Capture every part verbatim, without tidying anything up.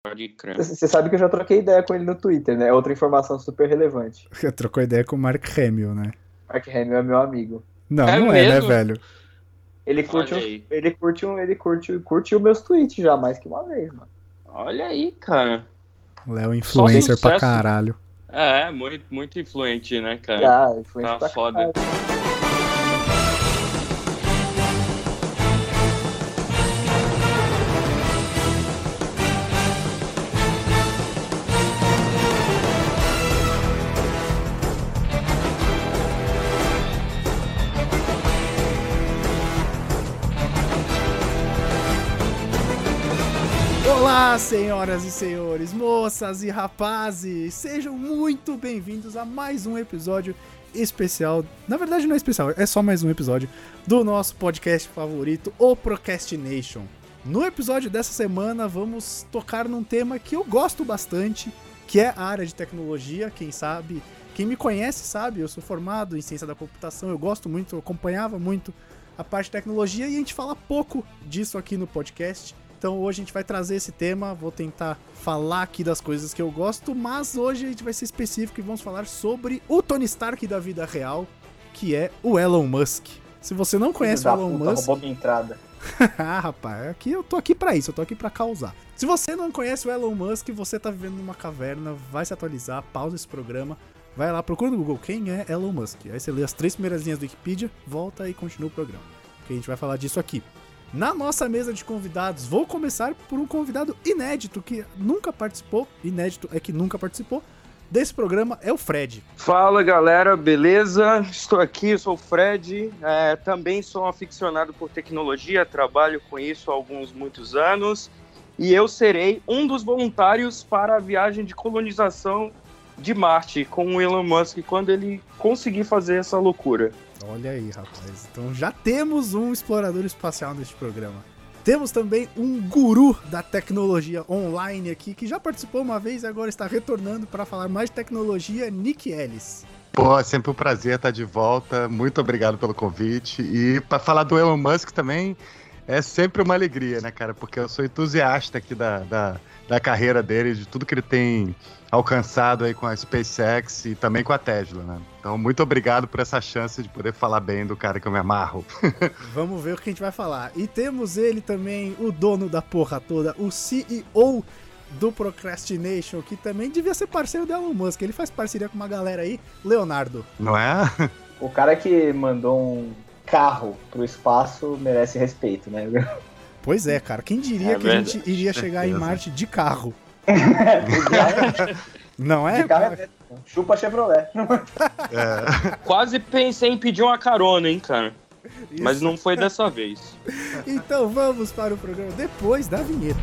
Pode crer. Você sabe que eu já troquei ideia com ele no Twitter, né? Outra informação super relevante. Trocou ideia com o Mark Hamill, né? Mark Hamill é meu amigo. Não, É não é, né, mesmo? velho? Ele curte, Olha um, aí. ele curte, um, ele curte, curtiu meus tweets já mais que uma vez, mano. Olha aí, cara. Léo influencer Só pra sucesso. caralho. É, muito, muito influente, né, cara? Já, influente Tá pra foda. caralho. Olá, senhoras e senhores, moças e rapazes, sejam muito bem-vindos a mais um episódio especial. Na verdade não é especial, é só mais um episódio do nosso podcast favorito, o Procrastination. No episódio dessa semana vamos tocar num tema que eu gosto bastante, que é a área de tecnologia. Quem sabe, quem me conhece sabe, eu sou formado em ciência da computação, eu gosto muito, eu acompanhava muito a parte de tecnologia e a gente fala pouco disso aqui no podcast. Então hoje a gente vai trazer esse tema, vou tentar falar aqui das coisas que eu gosto, mas hoje a gente vai ser específico e vamos falar sobre o Tony Stark da vida real, que é o Elon Musk. Se você não conhece o Elon puta, Musk... roubou minha entrada. ah, rapaz, aqui eu tô aqui pra isso, eu tô aqui pra causar. Se você não conhece o Elon Musk, você tá vivendo numa caverna, vai se atualizar, pausa esse programa, vai lá, procura no Google quem é Elon Musk. Aí você lê as três primeiras linhas do Wikipedia, volta e continua o programa, porque a gente vai falar disso aqui. Na nossa mesa de convidados, vou começar por um convidado inédito, que nunca participou, inédito é que nunca participou, desse programa, é o Fred. Fala, galera, beleza? Estou aqui, eu sou o Fred, é, também sou um aficionado por tecnologia, trabalho com isso há alguns muitos anos, e eu serei um dos voluntários para a viagem de colonização de Marte com o Elon Musk, quando ele conseguir fazer essa loucura. Olha aí, rapaz. Então já temos um explorador espacial neste programa. Temos também um guru da tecnologia online aqui, que já participou uma vez e agora está retornando para falar mais de tecnologia, Nick Ellis. Pô, é sempre um prazer estar de volta. Muito obrigado pelo convite. E para falar do Elon Musk também é sempre uma alegria, né, cara? Porque eu sou entusiasta aqui da, da, da carreira dele, de tudo que ele tem alcançado aí com a SpaceX e também com a Tesla, né? Então, muito obrigado por essa chance de poder falar bem do cara que eu me amarro. Vamos ver o que a gente vai falar. E temos ele também, o dono da porra toda, o C E O do Procrastination, que também devia ser parceiro do Elon Musk. Ele faz parceria com uma galera aí, Leonardo. Não é? O cara que mandou um carro pro espaço merece respeito, né? Pois é, cara. Quem diria É que a gente iria chegar em Marte de carro? Não é? De carro é... Chupa Chevrolet. É. Quase pensei em pedir uma carona, hein, cara? Isso. Mas não foi dessa vez. Então vamos para o programa depois da vinheta.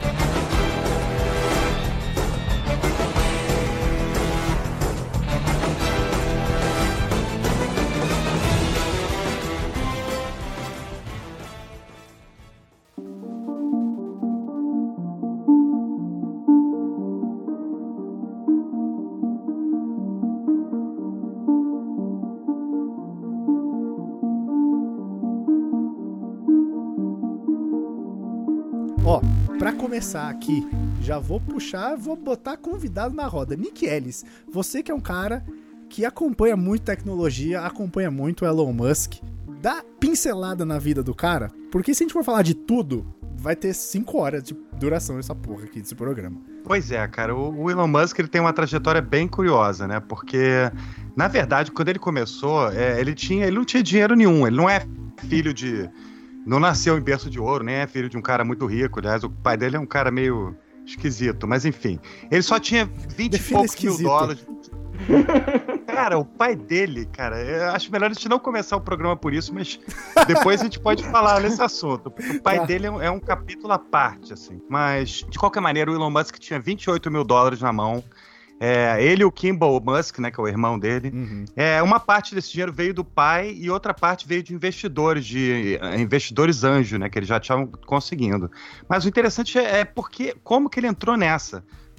Ó, pra começar aqui, já vou puxar, vou botar convidado na roda. Nick Ellis, você que é um cara que acompanha muito tecnologia, acompanha muito o Elon Musk, dá pincelada na vida do cara, porque se a gente for falar de tudo, vai ter cinco horas de duração essa porra aqui desse programa. Pois é, cara, o, o Elon Musk ele tem uma trajetória bem curiosa, né? Porque, na verdade, quando ele começou, é, ele, tinha, ele não tinha dinheiro nenhum, ele não é filho de... Não nasceu em berço de ouro, nem é filho de um cara muito rico. Aliás, o pai dele é um cara meio esquisito, mas enfim. Ele só tinha vinte e poucos mil dólares. Cara, o pai dele, cara, eu acho melhor a gente não começar o programa por isso, mas depois a gente pode falar nesse assunto. Porque o pai Tá. dele é um, é um capítulo à parte, assim. Mas, de qualquer maneira, o Elon Musk tinha vinte e oito mil dólares na mão. É, ele e o Kimball Musk, né, que é o irmão dele, Uhum. é, uma parte desse dinheiro veio do pai e outra parte veio de investidores, de uh, investidores anjo, né, que eles já estavam conseguindo. Mas o interessante é, é porque, como que ele entrou nessa?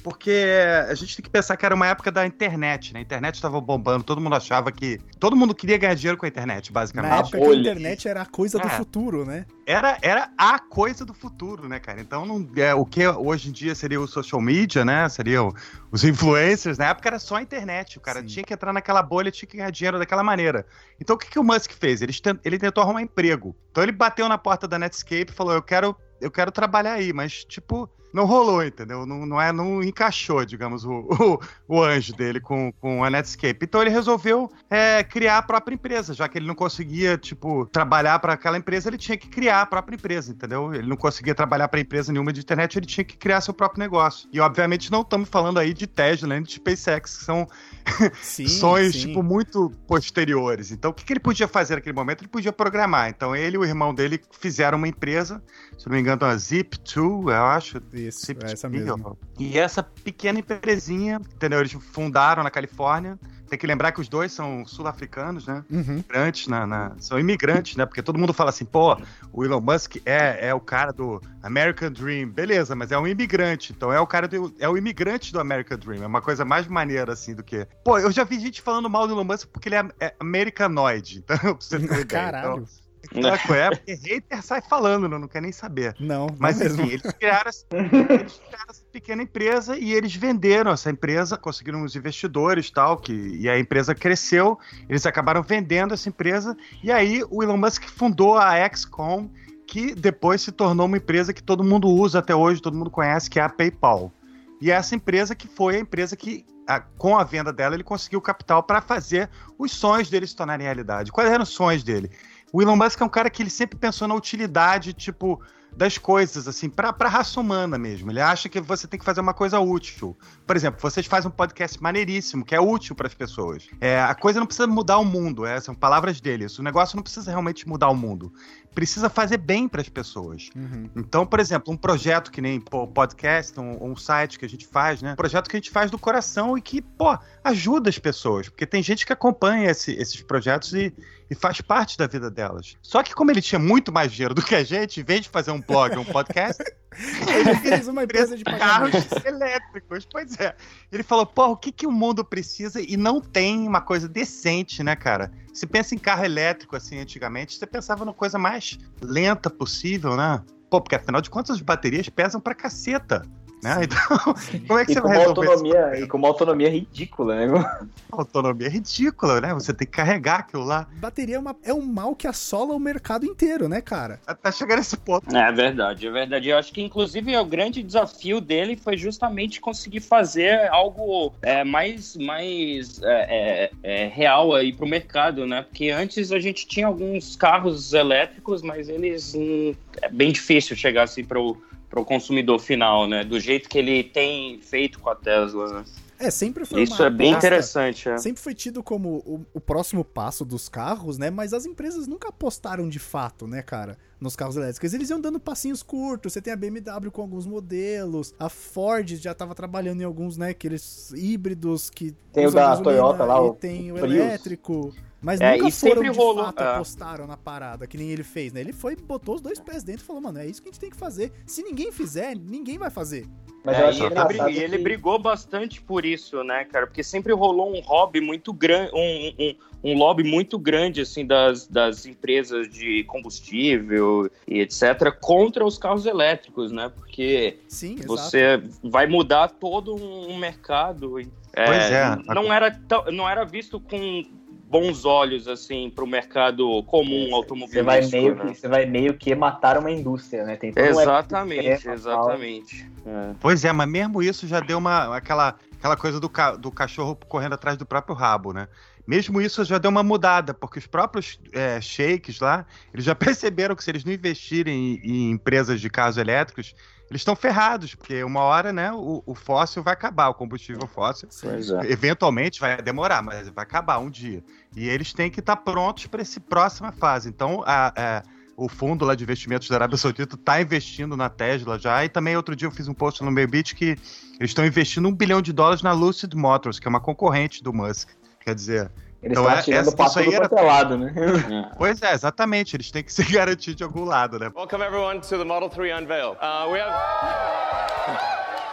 porque a gente tem que pensar que era uma época da internet, né? A internet estava bombando, todo mundo achava que... Todo mundo queria ganhar dinheiro com a internet, basicamente. Na época que a internet era a coisa do é. futuro, né? Era, era a coisa do futuro, né, cara? Então, não, é, o que hoje em dia seria o social media, né? Seriam os influencers. Na época era só a internet. O cara Sim. tinha que entrar naquela bolha, tinha que ganhar dinheiro daquela maneira. Então, o que, que o Musk fez? Ele, ele tentou arrumar emprego. Então, ele bateu na porta da Netscape e falou, eu quero, eu quero trabalhar aí, mas, tipo... Não rolou, entendeu? Não, não, é, não encaixou, digamos, o, o, o anjo dele com, com a Netscape. Então ele resolveu é, criar a própria empresa, já que ele não conseguia, tipo, trabalhar para aquela empresa, ele tinha que criar a própria empresa, entendeu? Ele não conseguia trabalhar para empresa nenhuma de internet, ele tinha que criar seu próprio negócio. E, obviamente, não estamos falando aí de Tesla, nem de SpaceX, que são sim, sonhos, sim. tipo, muito posteriores. Então, o que, que ele podia fazer naquele momento? Ele podia programar. Então, ele e o irmão dele fizeram uma empresa, se não me engano, a Zip dois, eu acho. Isso, é essa mesmo. E essa pequena empresinha, entendeu? Eles fundaram na Califórnia. Tem que lembrar que os dois são sul-africanos, né? Uhum. Imigrantes, na, na, são imigrantes, né? Porque todo mundo fala assim, pô, o Elon Musk é, é o cara do American Dream. Beleza, mas é um imigrante. Então é o cara do, é o imigrante do American Dream. É uma coisa mais maneira, assim, do que... Pô, eu já vi gente falando mal do Elon Musk porque ele é, é americanoide. Então, pra você ter uma ideia. Caralho. Então, é, porque hater sai falando, não, não quer nem saber. Não, mas não enfim, mesmo. eles criaram, essa, eles criaram essa pequena empresa e eles venderam essa empresa, conseguiram uns investidores e tal, que, e a empresa cresceu, eles acabaram vendendo essa empresa, e aí o Elon Musk fundou a X COM, que depois se tornou uma empresa que todo mundo usa até hoje, todo mundo conhece, que é a PayPal. E essa empresa que foi a empresa que, a, com a venda dela, ele conseguiu capital para fazer os sonhos dele se tornarem realidade. Quais eram os sonhos dele? O Elon Musk é um cara que ele sempre pensou na utilidade, tipo, das coisas, assim, pra, pra raça humana mesmo. Ele acha que você tem que fazer uma coisa útil. Por exemplo, vocês fazem um podcast maneiríssimo, que é útil para as pessoas. É, a coisa não precisa mudar o mundo, é, são palavras dele. O negócio não precisa realmente mudar o mundo. Precisa fazer bem para as pessoas. Uhum. Então, por exemplo, um projeto que nem o podcast, um, um site que a gente faz, né? Um projeto que a gente faz do coração e que, pô, ajuda as pessoas. Porque tem gente que acompanha esse, esses projetos e, e faz parte da vida delas. Só que como ele tinha muito mais dinheiro do que a gente, em vez de fazer um blog, um podcast... ele fez uma empresa de carros elétricos. Pois é. Ele falou, pô, o que, que o mundo precisa e não tem uma coisa decente, né, cara? Se pensa em carro elétrico, assim, antigamente, você pensava numa coisa mais lenta possível, né? Pô, porque afinal de contas as baterias pesam pra caceta. Né? Então, como é que e você com vai resolver autonomia, isso? E com uma autonomia ridícula, né? Uma autonomia ridícula, né? Você tem que carregar aquilo lá. Bateria é, uma, é um mal que assola o mercado inteiro, né, cara? Tá chegando nesse ponto. É verdade, é verdade. Eu acho que, inclusive, o grande desafio dele foi justamente conseguir fazer algo é, mais, mais é, é, é, real aí pro mercado, né? Porque antes a gente tinha alguns carros elétricos, mas eles... Hum, é bem difícil chegar assim pro... para o consumidor final, né? Do jeito que ele tem feito com a Tesla, né? É, sempre foi Isso uma é bem aposta, interessante, é. Sempre foi tido como o, o próximo passo dos carros, né? Mas as empresas nunca apostaram de fato, né, cara? Nos carros elétricos. Eles iam dando passinhos curtos. Você tem a B M W com alguns modelos. A Ford já tava trabalhando em alguns, né? Aqueles híbridos que... Tem o da Toyota lá, o tem o Prius. Elétrico... Mas é, nunca e foram sempre de rolou, fato, é. apostaram na parada, que nem ele fez, né? Ele foi, botou os dois pés dentro e falou, mano, é isso que a gente tem que fazer. Se ninguém fizer, ninguém vai fazer. Mas é, eu acho e engraçado ele, que... ele brigou bastante por isso, né, cara? Porque sempre rolou um hobby muito grande, um, um, um lobby muito grande, assim, das, das empresas de combustível e etcétera contra os carros elétricos, né? Porque Sim, você exato. Vai mudar todo um mercado. É, pois é. Não era, tão, não era visto com bons olhos, assim, para o mercado comum automobilístico. Você vai, meio né? que, você vai meio que matar uma indústria, né? Tem todo exatamente, um exatamente. É. Pois é, mas mesmo isso já deu uma, aquela, aquela coisa do, ca, do cachorro correndo atrás do próprio rabo, né? Mesmo isso já deu uma mudada, porque os próprios é, sheiks lá, eles já perceberam que se eles não investirem em, em empresas de carros elétricos, eles estão ferrados, porque uma hora, né, o, o fóssil vai acabar, o combustível fóssil. É. Eventualmente vai demorar, mas vai acabar um dia. E eles têm que estar prontos para essa próxima fase. Então, a, a, o fundo lá de investimentos da Arábia Saudita está investindo na Tesla já. E também outro dia eu fiz um post no meu beat que eles estão investindo um bilhão de dólares na Lucid Motors, que é uma concorrente do Musk. Quer dizer... Eles então, estão é, tirando essa, o papo do era... outro lado, né? Pois é, exatamente. Eles têm que se garantir de algum lado, né? Welcome everyone to the Model three unveil. Uh, we have...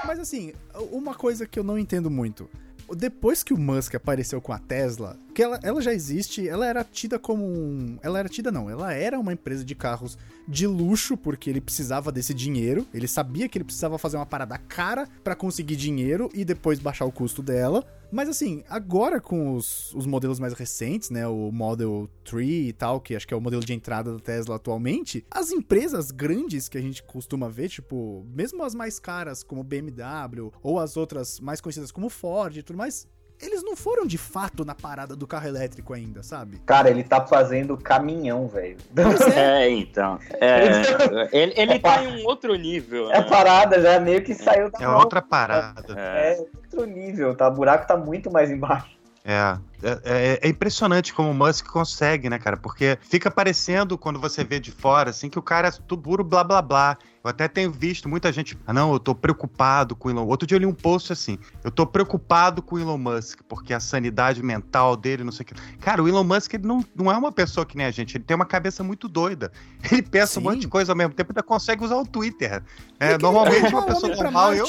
Mas assim, uma coisa que eu não entendo muito. Depois que o Musk apareceu com a Tesla, que ela, ela já existe, ela era tida como um... Ela era tida não, ela era uma empresa de carros de luxo, porque ele precisava desse dinheiro, ele sabia que ele precisava fazer uma parada cara pra conseguir dinheiro e depois baixar o custo dela. Mas assim, agora com os, os modelos mais recentes, né, o Model três e tal, que acho que é o modelo de entrada da Tesla atualmente, as empresas grandes que a gente costuma ver, tipo, mesmo as mais caras como B M W ou as outras mais conhecidas como Ford e tudo mais, eles não foram de fato na parada do carro elétrico ainda, sabe? Cara, ele tá fazendo caminhão, velho. É, então. É, ele ele tá em um outro nível. É né? parada, já meio que saiu da É mão. outra parada. É. é outro nível, tá? O buraco tá muito mais embaixo. É, é, é impressionante como o Musk consegue, né, cara? Porque fica parecendo, quando você vê de fora, assim, que o cara é tudo puro blá blá blá. Eu até tenho visto muita gente, ah não, eu tô preocupado com o Elon. Outro dia eu li um post assim, eu tô preocupado com o Elon Musk, porque a sanidade mental dele, não sei o que. Cara, o Elon Musk, ele não, não é uma pessoa que nem a gente, ele tem uma cabeça muito doida. Ele pensa Sim. um monte de coisa ao mesmo tempo e ainda consegue usar o Twitter. É, normalmente uma pessoa normal, eu,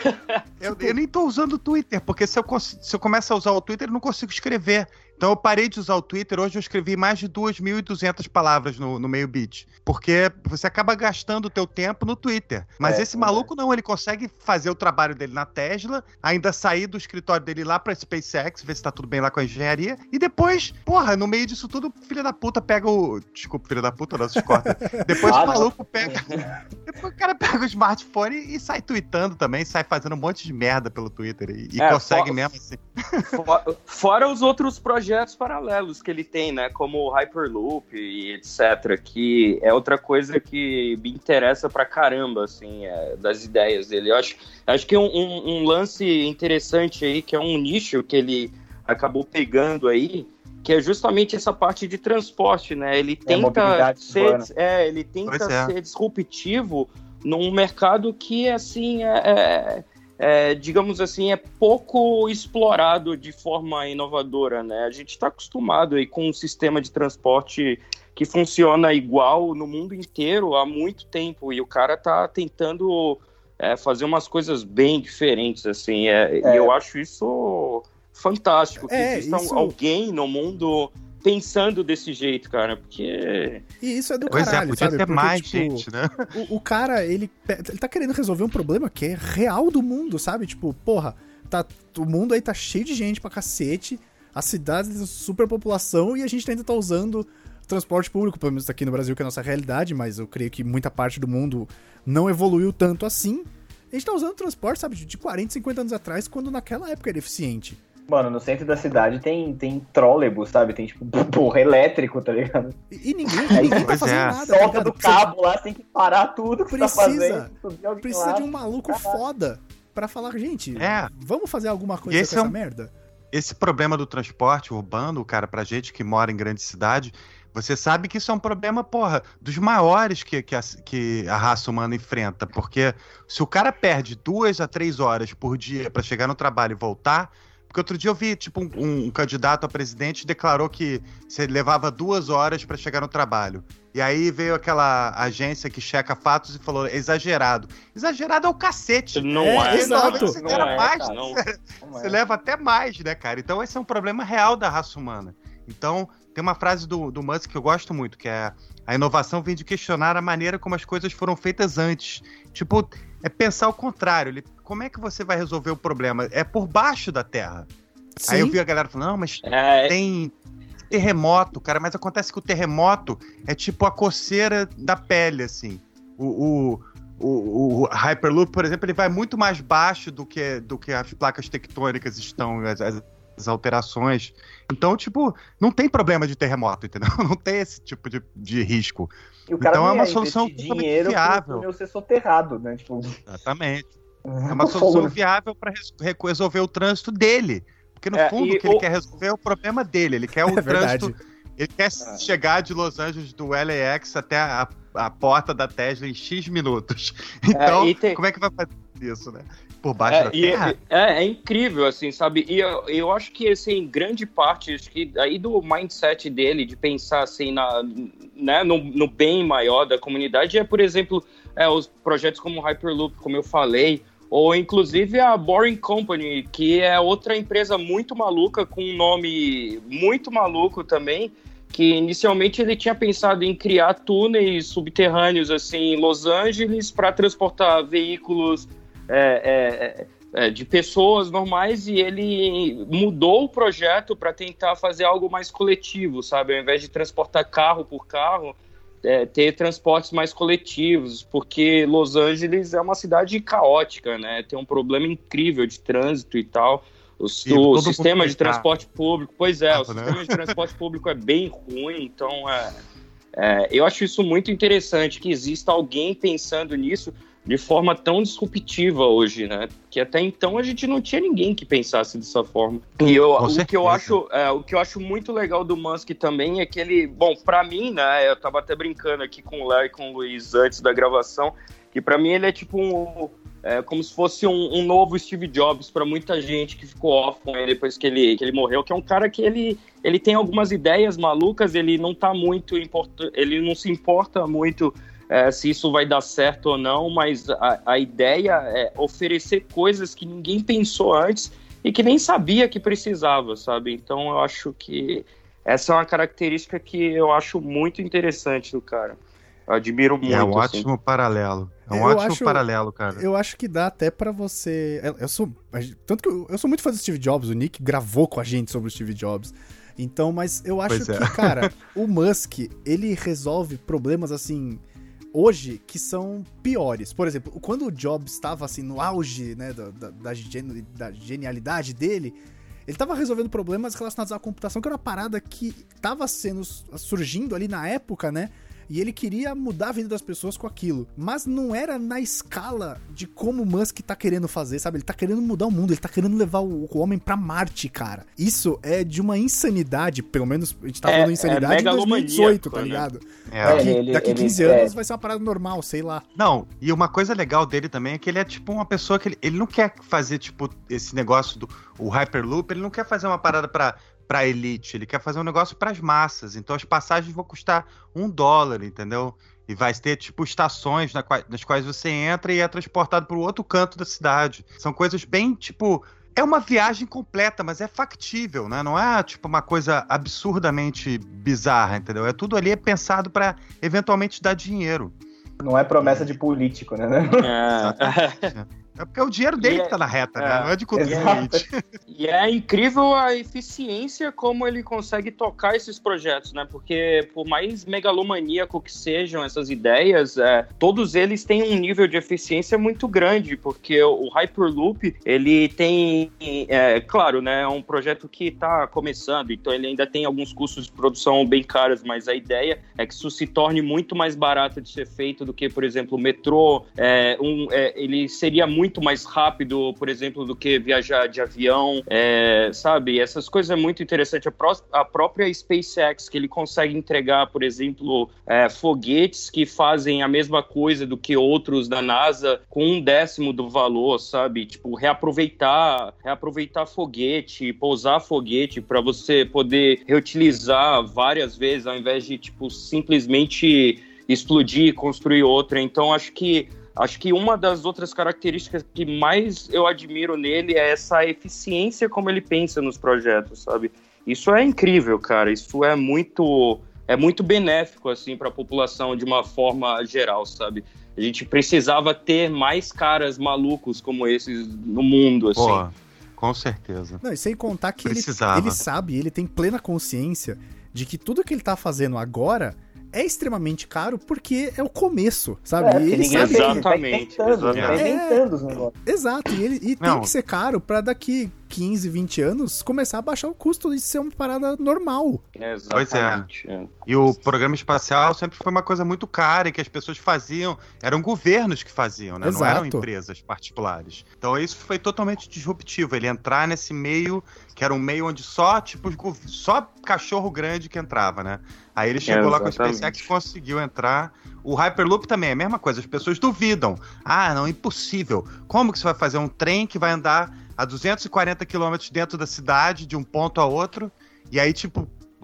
eu, eu nem tô usando o Twitter, porque se eu, se eu começar a usar o Twitter, eu não consigo escrever. Então eu parei de usar o Twitter, hoje eu escrevi mais de duas mil e duzentas palavras no, no meio bit, porque você acaba gastando o teu tempo no Twitter. Mas é, esse maluco é. não, ele consegue fazer o trabalho dele na Tesla, ainda sair do escritório dele lá pra SpaceX, ver se tá tudo bem lá com a engenharia, e depois, porra, no meio disso tudo, filho da puta pega o... Desculpa, filho da puta, não, se corta. Depois ah, o maluco não. pega... Depois o cara pega o smartphone e, e sai tweetando também, sai fazendo um monte de merda pelo Twitter, e, e é, consegue for... mesmo assim. For... Fora os outros projetos projetos paralelos que ele tem, né, como o Hyperloop e etcétera, que é outra coisa que me interessa pra caramba, assim, é, das ideias dele. Eu acho, acho que um, um, um lance interessante aí, que é um nicho que ele acabou pegando aí, que é justamente essa parte de transporte, né, ele tenta, é, ser, é, ele tenta é. ser disruptivo num mercado que, assim, é... é É, digamos assim, é pouco explorado de forma inovadora, né? A gente está acostumado aí com um sistema de transporte que funciona igual no mundo inteiro há muito tempo, e o cara tá tentando é, fazer umas coisas bem diferentes, assim, é, é. e eu acho isso fantástico, que é, exista isso... alguém no mundo pensando desse jeito, cara, porque... E isso é do pois caralho, é, podia sabe? ter Porque, mais tipo, gente, né? O, o cara, ele, ele tá querendo resolver um problema que é real do mundo, sabe? Tipo, porra, tá, o mundo aí tá cheio de gente pra cacete, as cidades têm superpopulação e a gente ainda tá usando transporte público, pelo menos aqui no Brasil, que é a nossa realidade, mas eu creio que muita parte do mundo não evoluiu tanto assim. A gente tá usando transporte, sabe, de quarenta, cinquenta anos atrás, quando naquela época era eficiente. Mano, no centro da cidade tem, tem trólebus, sabe? Tem, tipo, porra, elétrico, tá ligado? E, e ninguém, ninguém tá fazendo é. nada, tá Solta do cabo lá, tem que parar tudo que precisa, você tá fazendo. Precisa lá. de um maluco Caralho. foda pra falar, gente, é. vamos fazer alguma coisa com essa é um, merda? Esse problema do transporte urbano, cara, pra gente que mora em grande cidade, você sabe que isso é um problema, porra, dos maiores que, que, a, que a raça humana enfrenta, porque se o cara perde duas a três horas por dia pra chegar no trabalho e voltar... Porque outro dia eu vi, tipo, um, um candidato a presidente declarou que você levava duas horas para chegar no trabalho. E aí veio aquela agência que checa fatos e falou, exagerado. Exagerado é o cacete. Não é, é exato. Você, não é, mais, cara, não. Você, Não você é. leva até mais, né, cara? Então esse é um problema real da raça humana. Então, tem uma frase do, do Musk que eu gosto muito, que é a inovação vem de questionar a maneira como as coisas foram feitas antes. Tipo, é pensar o contrário. Ele, como é que você vai resolver o problema? É por baixo da Terra. Sim. Aí eu vi a galera falando, não, mas é... tem terremoto, cara, mas acontece que o terremoto é tipo a coceira da pele, assim. O, o, o, o Hyperloop, por exemplo, ele vai muito mais baixo do que, do que as placas tectônicas estão, as, as, as alterações. Então, tipo, não tem problema de terremoto, entendeu? Não tem esse tipo de, de risco. E o cara então é uma é solução dinheiro viável. Pro ser soterrado, né? Tipo... Exatamente. É uma solução viável para resolver o trânsito dele. Porque no é, fundo o que o... ele quer resolver é o problema dele. Ele quer o é trânsito. Verdade. Ele quer ah. chegar de Los Angeles do L A X até a, a porta da Tesla em X minutos. Então, é, tem... como é que vai fazer isso, né? Por baixo é, da terra? E, é, é incrível, assim, sabe? E eu, eu acho que, assim, grande parte, acho que aí do mindset dele, de pensar, assim, na, né, no, no bem maior da comunidade, é, por exemplo, é, os projetos como o Hyperloop, como eu falei, Ou inclusive a Boring Company, que é outra empresa muito maluca, com um nome muito maluco também, que inicialmente ele tinha pensado em criar túneis subterrâneos assim, em Los Angeles para transportar veículos é, é, é, de pessoas normais, e ele mudou o projeto para tentar fazer algo mais coletivo, sabe? Ao invés de transportar carro por carro, É, ter transportes mais coletivos, porque Los Angeles é uma cidade caótica, né? Tem um problema incrível de trânsito e tal. O, e o sistema de transporte público, pois é, ah, o né? sistema de transporte público é bem ruim, então é, é, eu acho isso muito interessante, que exista alguém pensando nisso de forma tão disruptiva hoje, né? Que até então a gente não tinha ninguém que pensasse dessa forma. E eu, o, que eu acho, é, o que eu acho muito legal do Musk também é que ele... Bom, pra mim, né? Eu tava até brincando aqui com o Léo e com o Luiz antes da gravação, que pra mim ele é tipo um... É, como se fosse um, um novo Steve Jobs pra muita gente que ficou órfão depois que ele, que ele morreu, que é um cara que ele, ele tem algumas ideias malucas, ele não tá muito... Import... Ele não se importa muito... É, se isso vai dar certo ou não, mas a, a ideia é oferecer coisas que ninguém pensou antes e que nem sabia que precisava, sabe? Então eu acho que essa é uma característica que eu acho muito interessante do cara. Eu admiro muito. É um assim. ótimo paralelo. É um eu ótimo acho, paralelo, cara. Eu acho que dá até pra você... Eu sou, tanto que eu, eu sou muito fã do Steve Jobs, o Nick gravou com a gente sobre o Steve Jobs. Então, mas eu acho pois que, é. cara, o Musk, ele resolve problemas assim... hoje, que são piores. Por exemplo, quando o Jobs estava assim, no auge, né, da, da, da, geni- da genialidade dele, ele estava resolvendo problemas relacionados à computação, que era uma parada que estava sendo, surgindo ali na época, né? E ele queria mudar a vida das pessoas com aquilo. Mas não era na escala de como o Musk tá querendo fazer, sabe? Ele tá querendo mudar o mundo, ele tá querendo levar o, o homem pra Marte, cara. Isso é de uma insanidade, pelo menos a gente tá falando é, insanidade é em dois mil e dezoito, tá ligado? É. Daqui, ele, daqui ele, quinze ele, anos é. vai ser uma parada normal, sei lá. Não, e uma coisa legal dele também é que ele é tipo uma pessoa que ele, ele não quer fazer tipo esse negócio do o Hyperloop, ele não quer fazer uma parada pra... pra elite, ele quer fazer um negócio pras massas, então as passagens vão custar um dólar, entendeu? E vai ter, tipo, estações na qual, nas quais você entra e é transportado pro outro canto da cidade. São coisas bem, tipo... É uma viagem completa, mas é factível, né? Não é, tipo, uma coisa absurdamente bizarra, entendeu? É tudo ali pensado pra, eventualmente, dar dinheiro. Não é promessa de político, né? É. É porque é o dinheiro dele e que tá na reta, é, né? Não é de cultura elite. E é incrível a eficiência como ele consegue tocar esses projetos, né? Porque por mais megalomaníaco que sejam essas ideias, é, todos eles têm um nível de eficiência muito grande, porque o Hyperloop, ele tem, é, claro, né? É um projeto que tá começando, então ele ainda tem alguns custos de produção bem caros, mas a ideia é que isso se torne muito mais barato de ser feito do que, por exemplo, o metrô. É, um, é, ele seria muito muito mais rápido, por exemplo, do que viajar de avião, é, sabe? Essas coisas é muito interessante. A, pró- a própria SpaceX, que ele consegue entregar, por exemplo, é, foguetes que fazem a mesma coisa do que outros da NASA com um décimo do valor, sabe? Tipo, reaproveitar, reaproveitar foguete, pousar foguete para você poder reutilizar várias vezes, ao invés de, tipo, simplesmente explodir e construir outra. Então, acho que Acho que uma das outras características que mais eu admiro nele é essa eficiência como ele pensa nos projetos, sabe? Isso é incrível, cara. Isso é muito, é muito benéfico, assim, para a população de uma forma geral, sabe? A gente precisava ter mais caras malucos como esses no mundo, assim. Pô, com certeza. Não, e sem contar que ele, ele sabe, ele tem plena consciência de que tudo que ele tá fazendo agora é extremamente caro porque é o começo, sabe? É, e ele sabe exatamente. Que... Exatamente. É, inventando os negócios. Exato, e, ele, e tem que ser caro pra daqui quinze, vinte anos começar a baixar o custo de ser uma parada normal. Exatamente. Pois é. E o programa espacial sempre foi uma coisa muito cara e que as pessoas faziam, eram governos que faziam, né? Exato. Não eram empresas particulares. Então isso foi totalmente disruptivo, ele entrar nesse meio, que era um meio onde só, tipo, só cachorro grande que entrava, né? Aí ele chegou é, lá com a SpaceX e conseguiu entrar. O Hyperloop também é a mesma coisa, as pessoas duvidam. Ah, não, impossível. Como que você vai fazer um trem que vai andar a duzentos e quarenta quilômetros dentro da cidade, de um ponto a outro, e aí, tipo,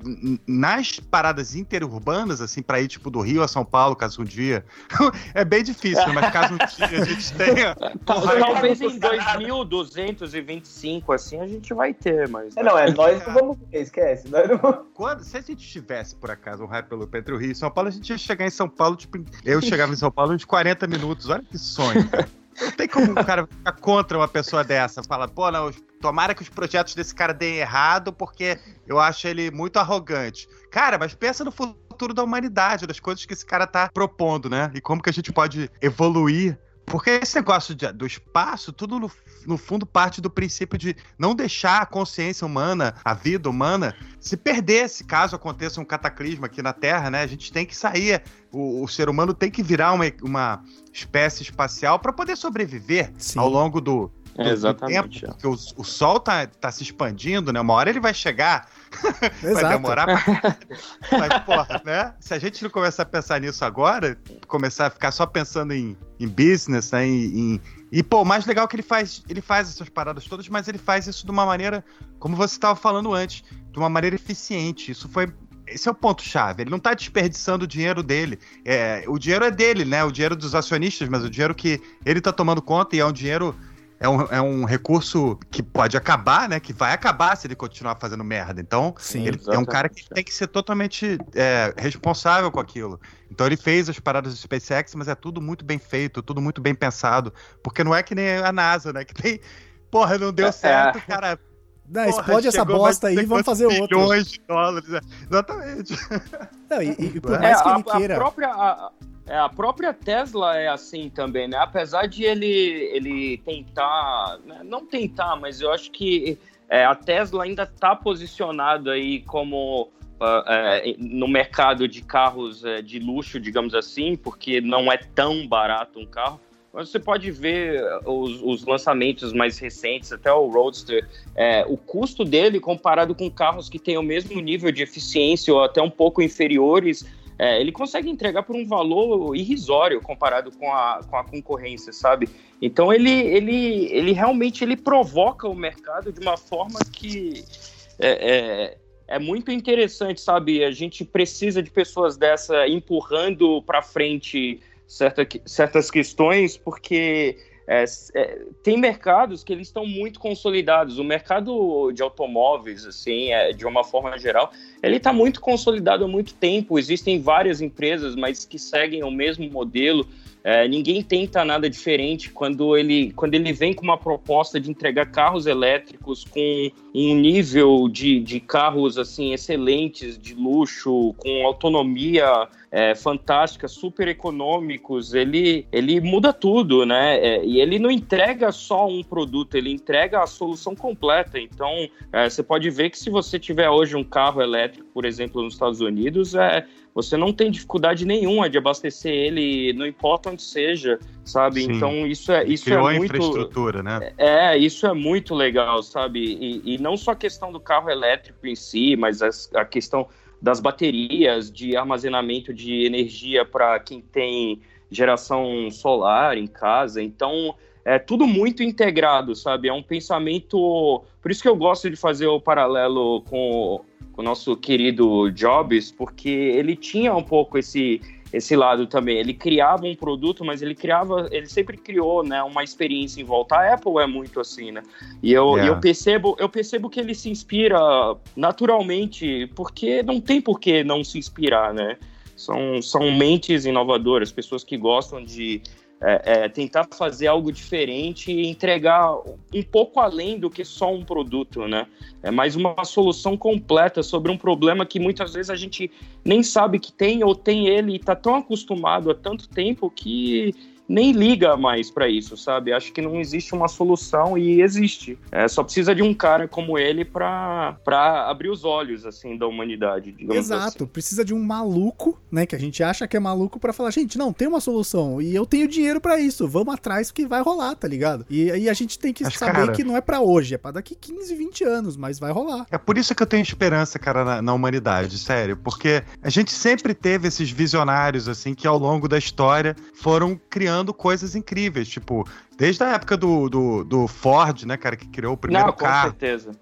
nas paradas interurbanas, assim, pra ir, tipo, do Rio a São Paulo, caso um dia, é bem difícil, né? Mas caso um dia a gente tenha... Talvez em dois mil duzentos e vinte e cinco, assim, a gente vai ter, mas... É, não, é, nós não vamos ver, esquece. Nós não... Quando, se a gente tivesse, por acaso, um Hyperloop entre o Rio e São Paulo, a gente ia chegar em São Paulo, tipo, eu chegava em São Paulo uns quarenta minutos, olha que sonho. Não tem como um cara ficar contra uma pessoa dessa, fala, pô, não, tomara que os projetos desse cara deem errado, porque eu acho ele muito arrogante. Cara, mas pensa no futuro da humanidade, das coisas que esse cara tá propondo, né? E como que a gente pode evoluir. Porque esse negócio de, do espaço, tudo no, no fundo parte do princípio de não deixar a consciência humana, a vida humana, se perder, se caso aconteça um cataclisma aqui na Terra, né? A gente tem que sair, o, o ser humano tem que virar uma, uma espécie espacial para poder sobreviver. Sim. Ao longo do, do, é, do tempo. Porque o, o Sol tá, tá se expandindo, né? Uma hora ele vai chegar... Vai demorar pra... Mas, porra, né? Se a gente não começar a pensar nisso agora, começar a ficar só pensando em, em business, né? Em, em... E, pô, o mais legal é que ele faz, ele faz essas paradas todas, mas ele faz isso de uma maneira, como você estava falando antes, de uma maneira eficiente. Isso foi... Esse é o ponto-chave. Ele não tá desperdiçando o dinheiro dele. É, o dinheiro é dele, né? O dinheiro dos acionistas, mas o dinheiro que ele tá tomando conta, e é um dinheiro... É um, é um recurso que pode acabar, né? Que vai acabar se ele continuar fazendo merda. Então, Sim, ele é um cara que tem que ser totalmente é, responsável com aquilo. Então, ele fez as paradas do SpaceX, mas é tudo muito bem feito, tudo muito bem pensado. Porque não é que nem a NASA, né? Que tem... Porra, não deu certo, é. cara... Não, porra, explode essa bosta aí e vamos fazer outro. Milhões de dólares. Exatamente. Não, e, e por mais é, que ele a, queira... A própria... A... É, a própria Tesla é assim também, né? Apesar de ele, ele tentar... Não tentar, mas eu acho que é, a Tesla ainda está posicionada aí como... Uh, é, no mercado de carros é, de luxo, digamos assim, porque não é tão barato um carro. Mas você pode ver os, os lançamentos mais recentes, até o Roadster, é, o custo dele comparado com carros que têm o mesmo nível de eficiência ou até um pouco inferiores... É, ele consegue entregar por um valor irrisório comparado com a, com a concorrência, sabe? Então ele, ele, ele realmente ele provoca o mercado de uma forma que é, é, é muito interessante, sabe? A gente precisa de pessoas dessa empurrando para frente certa, certas questões, porque... É, é, tem mercados que eles estão muito consolidados. O mercado de automóveis, assim, é, de uma forma geral, ele está muito consolidado há muito tempo. Existem várias empresas, mas que seguem o mesmo modelo. É, ninguém tenta nada diferente quando ele, quando ele vem com uma proposta de entregar carros elétricos com um nível de, de carros assim, excelentes, de luxo, com autonomia é, fantástica, super econômicos. Ele, ele muda tudo, né? É, e ele não entrega só um produto, ele entrega a solução completa. Então, é, você pode ver que se você tiver hoje um carro elétrico, por exemplo, nos Estados Unidos, é... você não tem dificuldade nenhuma de abastecer ele, não importa onde seja, sabe? Sim. Então isso é isso Criou é muito... a infraestrutura, né? É, isso é muito legal, sabe? E, e não só a questão do carro elétrico em si, mas a, a questão das baterias, de armazenamento de energia para quem tem geração solar em casa. Então, é tudo muito integrado, sabe? É um pensamento... Por isso que eu gosto de fazer o paralelo com... o nosso querido Jobs, porque ele tinha um pouco esse, esse lado também. Ele criava um produto, mas ele criava, ele sempre criou, né, uma experiência em volta. A Apple é muito assim, né? E eu, yeah. eu, percebo, eu percebo que ele se inspira naturalmente, porque não tem por que não se inspirar, né? São, são mentes inovadoras, pessoas que gostam de É, é, tentar fazer algo diferente e entregar um pouco além do que só um produto, né? É mais uma solução completa sobre um problema que muitas vezes a gente nem sabe que tem, ou tem ele e está tão acostumado há tanto tempo que nem liga mais para isso, sabe? Acho que não existe uma solução e existe. É, só precisa de um cara como ele para abrir os olhos, assim, da humanidade, digamos Exato, assim. Precisa de um maluco, né, que a gente acha que é maluco para falar, gente, não, tem uma solução e eu tenho dinheiro para isso, vamos atrás que vai rolar, tá ligado? E aí a gente tem que Mas, saber cara, que não é para hoje, é para daqui quinze, vinte anos, mas vai rolar. É por isso que eu tenho esperança, cara, na, na humanidade, sério, porque a gente sempre teve esses visionários, assim, que ao longo da história foram criando coisas incríveis, tipo, desde a época do, do, do Ford, né, cara, que criou o primeiro Não, carro. Com certeza.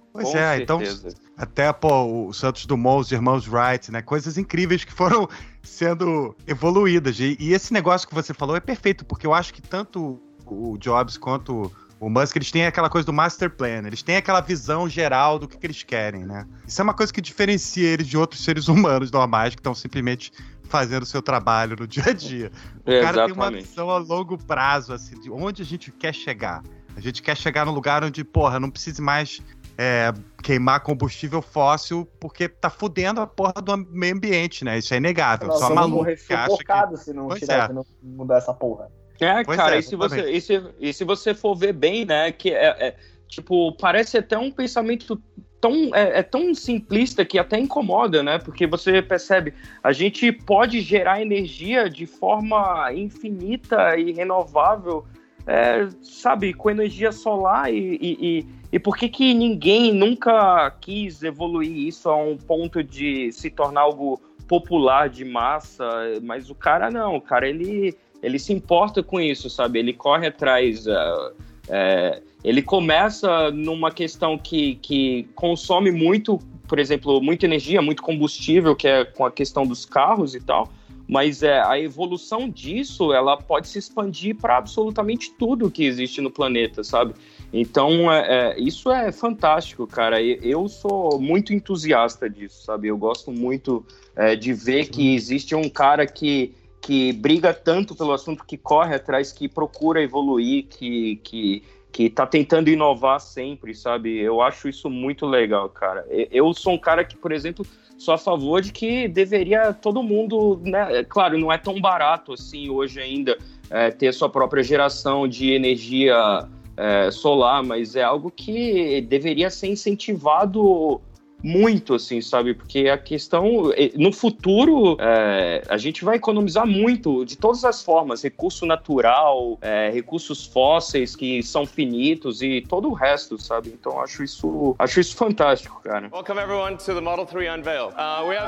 Pois Com é, certeza. então até pô, o Santos Dumont, os irmãos Wright, né? Coisas incríveis que foram sendo evoluídas. E, e esse negócio que você falou é perfeito, porque eu acho que tanto o Jobs quanto o Musk, eles têm aquela coisa do master plan, eles têm aquela visão geral do que, que eles querem, né? Isso é uma coisa que diferencia eles de outros seres humanos normais que estão simplesmente fazendo o seu trabalho no dia a dia. O É, cara tem uma exatamente. visão a longo prazo, assim, de onde a gente quer chegar. A gente quer chegar num lugar onde, porra, não precise mais é, queimar combustível fóssil porque tá fudendo a porra do meio ambiente, né? Isso é inegável. Nós Só vamos maluco morrer que acha que... sufocados se não Pois tirar, é. se não mudar essa porra. É, Pois cara, é, e, se você, exatamente. e, se, e se você for ver bem, né, que é, é, tipo, parece até um pensamento tão, é, é tão simplista que até incomoda, né, porque você percebe, a gente pode gerar energia de forma infinita e renovável, é, sabe, com energia solar e, e, e, e por que que ninguém nunca quis evoluir isso a um ponto de se tornar algo popular, de massa, mas o cara não, o cara, ele... Ele se importa com isso, sabe? Ele corre atrás. Uh, é, ele começa numa questão que, que consome muito, por exemplo, muita energia, muito combustível, que é com a questão dos carros e tal. Mas é, a evolução disso, ela pode se expandir para absolutamente tudo que existe no planeta, sabe? Então, é, é, isso é fantástico, cara. Eu sou muito entusiasta disso, sabe? Eu gosto muito é, de ver que existe um cara que que briga tanto pelo assunto, que corre atrás, que procura evoluir, que, que, que tá tentando inovar sempre, sabe? Eu acho isso muito legal, cara. Eu sou um cara que, por exemplo, sou a favor de que deveria todo mundo, né? Claro, não é tão barato assim hoje ainda é, ter sua própria geração de energia é, solar, mas é algo que deveria ser incentivado muito, assim, sabe? Porque a questão, no futuro, é, a gente vai economizar muito, de todas as formas, recurso natural, é, recursos fósseis que são finitos e todo o resto, sabe? Então, acho isso, acho isso fantástico, cara. Welcome everyone to the Model three unveil. Uh, we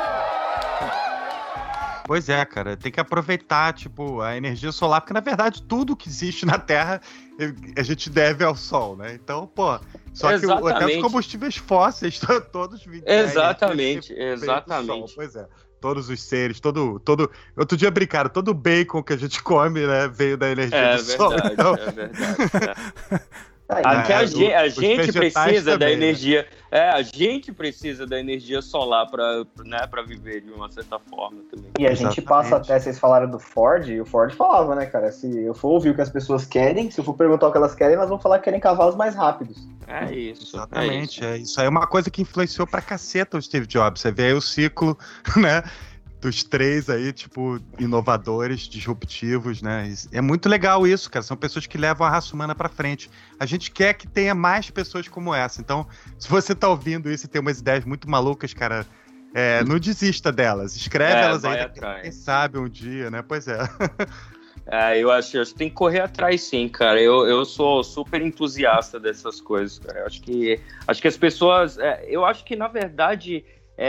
have... Pois é, cara, tem que aproveitar, tipo, a energia solar, porque, na verdade, tudo que existe na Terra, a gente deve ao Sol, né? Então, pô, só Exatamente. que o, até os combustíveis fósseis, todos... Exatamente, né, exatamente. Sol, pois é. Todos os seres, todo, todo... Outro dia brincaram, todo o bacon que a gente come, né, veio da energia É do Sol. verdade, Então... é verdade. É. Aí, Até É, a, o- gente, a os gente vegetais precisa da também, né? energia. É, a gente precisa da energia solar para, né, para viver de uma certa forma também. E a gente Exatamente. passa até, vocês falaram do Ford, e o Ford falava, né, cara? Se eu for ouvir o que as pessoas querem, se eu for perguntar o que elas querem, elas vão falar que querem cavalos mais rápidos. É isso. Exatamente, É isso. é isso aí é uma coisa que influenciou pra caceta o Steve Jobs. Você vê aí o ciclo, né, dos três aí, tipo, inovadores, disruptivos, né? É muito legal isso, cara. São pessoas que levam a raça humana pra frente. A gente quer que tenha mais pessoas como essa. Então, se você tá ouvindo isso e tem umas ideias muito malucas, cara, é, não desista delas. Escreve É, elas vai aí, atrás. quem sabe um dia, né? Pois é. É, eu acho, eu acho que tem que correr atrás, sim, cara. Eu, eu sou super entusiasta dessas coisas, cara. Eu acho que, acho que as pessoas... é, eu acho que, na verdade,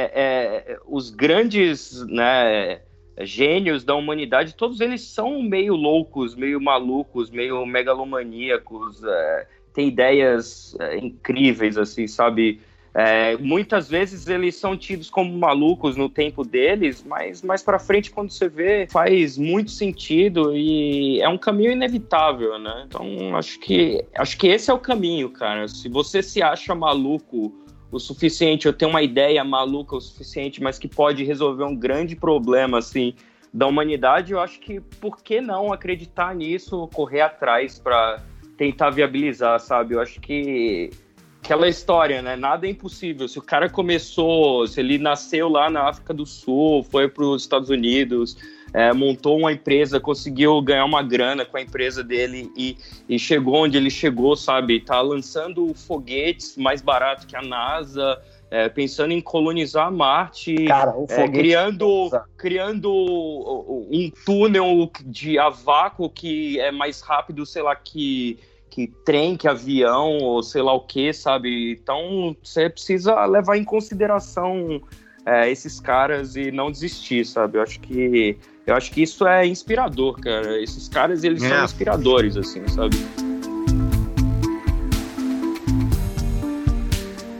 é, é, os grandes, né, gênios da humanidade, todos eles são meio loucos, meio malucos, meio megalomaníacos. É, tem ideias é, incríveis, assim, sabe? É, muitas vezes eles são tidos como malucos no tempo deles, mas mais pra frente, quando você vê, faz muito sentido e é um caminho inevitável, né? Então, acho que, acho que esse é o caminho, cara. Se você se acha maluco o suficiente, ou tem uma ideia maluca o suficiente, mas que pode resolver um grande problema, assim, da humanidade, eu acho que por que não acreditar nisso, correr atrás pra tentar viabilizar, sabe? Eu acho que aquela história, né? Nada é impossível. Se o cara começou, se ele nasceu lá na África do Sul, foi para os Estados Unidos, é, montou uma empresa, conseguiu ganhar uma grana com a empresa dele e, e chegou onde ele chegou, sabe? Tá lançando foguetes mais barato que a NASA, é, pensando em colonizar Marte, Cara, o é, foguete... criando, criando um túnel de a vácuo que é mais rápido, sei lá, que... que trem, que avião, ou sei lá o que, sabe? Então, você precisa levar em consideração é, esses caras e não desistir, sabe? Eu acho que, eu acho que isso é inspirador, cara. Esses caras, eles É. são inspiradores, assim, sabe?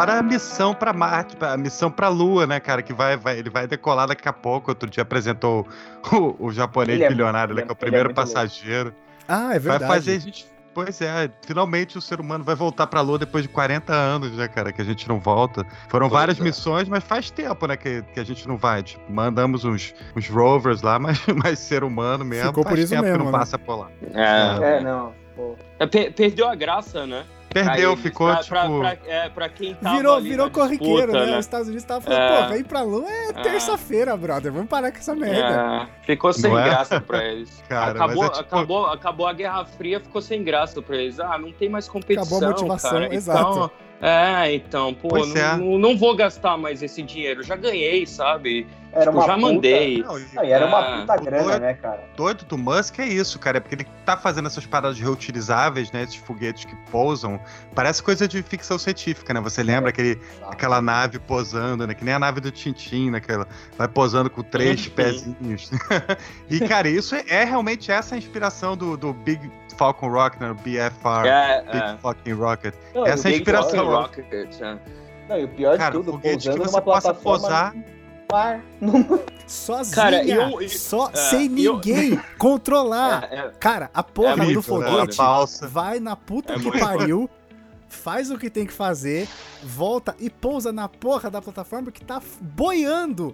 fora a missão pra Marte, a missão pra Lua, né, cara? Que vai, vai, ele vai decolar daqui a pouco. Outro dia apresentou o, o japonês Ele é- bilionário, ele né? é- Que é o ele é primeiro muito louco. passageiro. Ah, é verdade. Vai fazer a gente. Pois é, finalmente o ser humano vai voltar pra Lua depois de quarenta anos, né, cara? Que a gente não volta. Foram Pois várias é. missões, mas faz tempo, né, que, que a gente não vai. Tipo, mandamos uns, uns rovers lá, mas, mas ser humano mesmo Ficou faz por isso tempo mesmo, que não né? passa por lá. É, É, não. Pô. é, per- perdeu a graça, né? Perdeu, Pra eles, ficou pra, tipo... Pra, pra, é, pra quem tava Virou, ali virou na corriqueiro, disputa, né? Os Estados Unidos estavam falando, É. porra, ir pra Lua é terça-feira, brother. Vamos parar com essa merda. É, ficou sem Não é? graça pra eles. Cara, acabou, mas é tipo- acabou, acabou a Guerra Fria, ficou sem graça pra eles. Ah, não tem mais competição, Acabou a motivação, cara. exato. Então, é, então, pô, Pois não, é. não, não vou gastar mais esse dinheiro. Já ganhei, sabe? Era Tipo, uma já puta- mandei. Não, e- Não, e era uma Ah, puta o grana, doido- né, cara? doido do Musk é isso, cara. É porque ele tá fazendo essas paradas reutilizáveis, né? Esses foguetes que pousam. Parece coisa de ficção científica, né? Você lembra aquele, aquela nave posando, né? Que nem a nave do Tintin, né? Que ela vai posando com três Uhum. pezinhos. E, cara, isso é, é realmente essa a inspiração do, do Big Falcon Rocket, né? O B F R. É, Big é. Fucking Rocket. Não, Essa é a e o Big inspiração. Fucking ó. Rocket, é. Não, e o pior Cara, de tudo, foguete que pousando você numa possa plataforma posar. no mar. No... Sozinha, Cara, eu- só, é, sem eu- ninguém controlar. É, é. Cara, a porra É do muito foguete falsa. vai na puta É que muito pariu, faz o que tem que fazer, volta e pousa na porra da plataforma que tá f- boiando.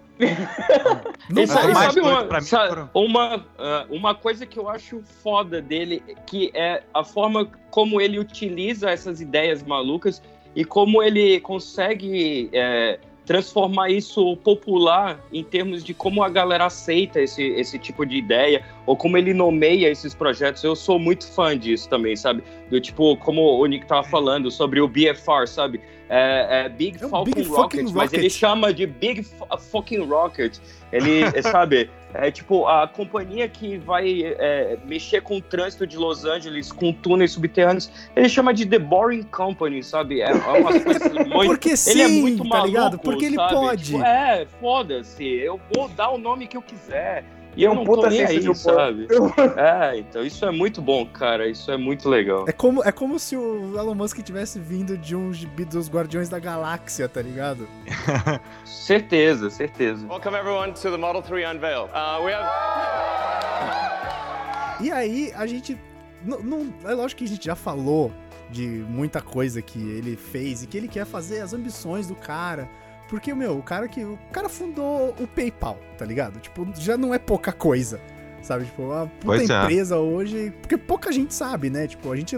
Não E Mas sa- vai. e o mais sabe doido uma, pra mim sa- foram- uma, ah, uma coisa que eu acho foda dele, que é a forma como ele utiliza essas ideias malucas e como ele consegue é, transformar isso popular em termos de como a galera aceita esse, esse tipo de ideia, ou como ele nomeia esses projetos. Eu sou muito fã disso também, sabe? Do tipo, como o Nick tava falando sobre o B F R, sabe? É, é Big É um Falcon Big Rocket, fucking mas ele rocket. chama de Big F- Fucking Rocket. Ele, é, sabe, é tipo a companhia que vai é, mexer com o trânsito de Los Angeles, com túneis subterrâneos, ele chama de The Boring Company, sabe? É, é umas coisas muito... Porque sim, ele é muito tá maluco, ligado? Porque ele sabe? pode. Tipo, é, foda-se, eu vou dar o nome que eu quiser. E E eu um não puta tô nem senso aí, de humor. sabe? É, então isso é muito bom, cara. Isso é muito legal. É como, é como se o Elon Musk tivesse vindo de um gibi dos Guardiões da Galáxia, tá ligado? Certeza, certeza. Welcome everyone to the Model three unveil. Uh, we have. E aí, a gente. Não, não- é lógico que a gente já falou de muita coisa que ele fez e que ele quer fazer, as ambições do cara. Porque, meu, o cara que. O cara fundou o PayPal, tá ligado? Tipo, já não é pouca coisa. Sabe? Tipo, a puta Pois é. empresa hoje. Porque pouca gente sabe, né? Tipo, a gente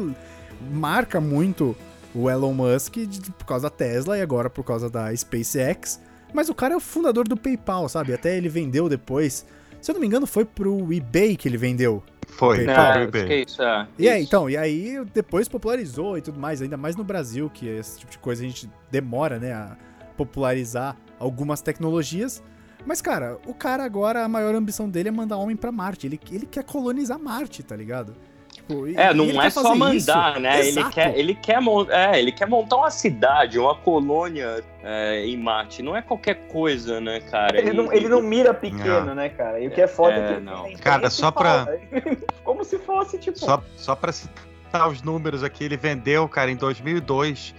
marca muito o Elon Musk de- por causa da Tesla e agora por causa da SpaceX. Mas o cara é o fundador do PayPal, sabe? Até ele vendeu depois. Se eu não me engano, foi pro eBay que ele vendeu. Foi, PayPal. foi É, pro eBay. que isso, é. E aí, Isso. então, e aí depois popularizou e tudo mais, ainda mais no Brasil, que esse tipo de coisa a gente demora, né, a popularizar algumas tecnologias. Mas, cara, o cara agora, a maior ambição dele é mandar homem pra Marte. Ele, ele quer colonizar Marte, tá ligado? Tipo, e- É, e não ele é quer só fazer mandar, isso. né? Ele Exato. quer, ele, quer, mon- é, ele quer montar uma cidade, uma colônia é, em Marte. Não é qualquer coisa, né, cara? Ele E- não, ele não mira pequeno, Não. né, cara? E o que é foda É, é que ele não. tem Cara, tempo só e pra- fala. Como se fosse, tipo... Só, só pra citar os números aqui, ele vendeu, cara, em dois mil e dois,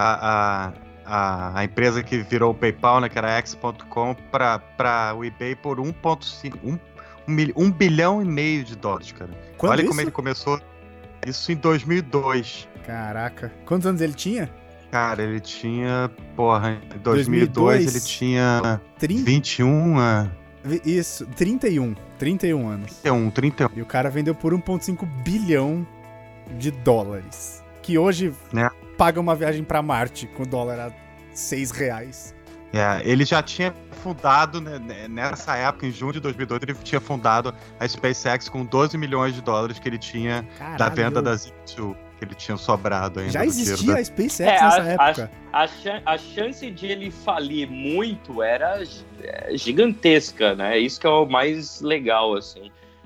a, a, a, a empresa que virou o PayPal, né, que era X ponto com, pra, pra o eBay por um vírgula cinco, um, um, mil- um bilhão e meio de dólares, cara. Quando Olha isso? como ele começou isso em dois mil e dois. Caraca. Quantos anos ele tinha? Cara, ele tinha, porra, em dois mil e dois, dois mil e dois, ele tinha trinta, vinte e um, ah, isso, trinta e um. trinta e um anos. trinta e um, trinta e um. E o cara vendeu por um vírgula cinco bilhão de dólares. Que hoje Né? paga uma viagem pra Marte com o dólar a seis reais. É, ele já tinha fundado, né, nessa época, em junho de dois mil e dois, ele tinha fundado a SpaceX com doze milhões de dólares que ele tinha Caralho. da venda da Zip dois, que ele tinha sobrado ainda. Já do dinheiro existia da- a SpaceX É, nessa a- época. A, chan- a chance de ele falir muito era gi- é, gigantesca, né? Isso que é o mais legal, assim.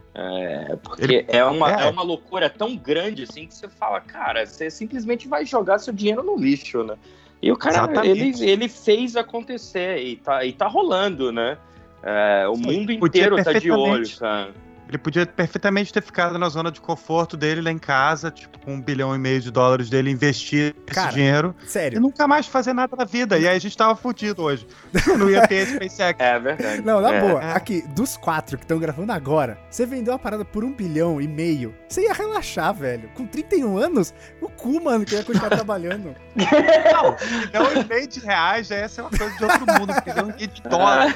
É, porque Ele- é, uma, é. é uma loucura tão grande, assim, que você fala, cara, você simplesmente vai jogar seu dinheiro no lixo, né? E o cara, Exatamente. ele, ele fez acontecer e tá, e tá rolando, né? É, o Sim, mundo podia inteiro tá de olho, perfeitamente. cara. Ele podia perfeitamente ter ficado na zona de conforto dele lá em casa, tipo, com um bilhão e meio de dólares dele, investir Cara, esse dinheiro sério. e nunca mais fazer nada na vida. E aí a gente tava fudido hoje. Não ia ter SpaceX. É verdade. Não, na é. boa, aqui, dos quatro que estão gravando agora, você vendeu a parada por um bilhão e meio, você ia relaxar, velho. Com trinta e um anos, o cu, mano, que ia continuar trabalhando. Não, um bilhão e meio de reais já ia ser uma coisa de outro mundo, um bilhão e meio de dólares.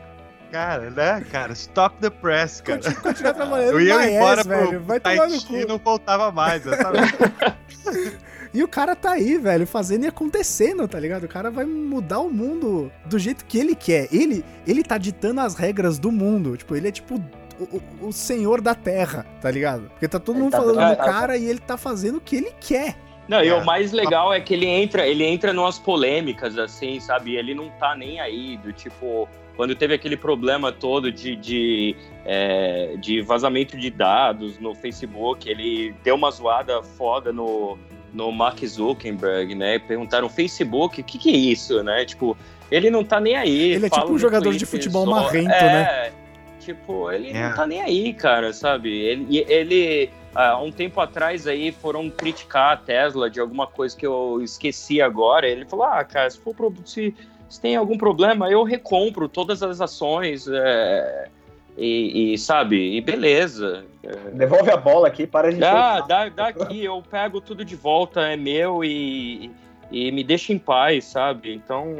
Cara, né, cara? Stop the press, cara. Continua, continua trabalhando Eu ia na embora E S, pro velho. Vai tomar no Tahiti cu. e não voltava mais, sabe? E o cara tá aí, velho, fazendo e acontecendo, tá ligado? O cara vai mudar o mundo do jeito que ele quer. Ele, ele tá ditando as regras do mundo. Tipo, ele é tipo o, o, o senhor da terra, tá ligado? Porque tá todo mundo tá falando dando- do cara e ele tá fazendo o que ele quer. Não, e É. o mais legal é que ele entra, ele entra numas polêmicas, assim, sabe? Ele não tá nem aí, do tipo, quando teve aquele problema todo de, de, é, de vazamento de dados no Facebook, ele deu uma zoada foda no, no Mark Zuckerberg, né? Perguntaram, Facebook, o que, que é isso, né? Tipo, ele não tá nem aí. Ele é fala tipo um no jogador de Twitter futebol só- marrento, é, né? Tipo, ele É. não tá nem aí, cara, sabe? Ele, ele há um tempo atrás aí foram criticar a Tesla de alguma coisa que eu esqueci agora. Ele falou, ah, cara, se, for pro, se, se tem algum problema, eu recompro todas as ações é, e, e, sabe, e beleza. Devolve a bola aqui, para de Dá, dá, dá aqui, eu pego tudo de volta, é meu e... e me deixa em paz, sabe? Então,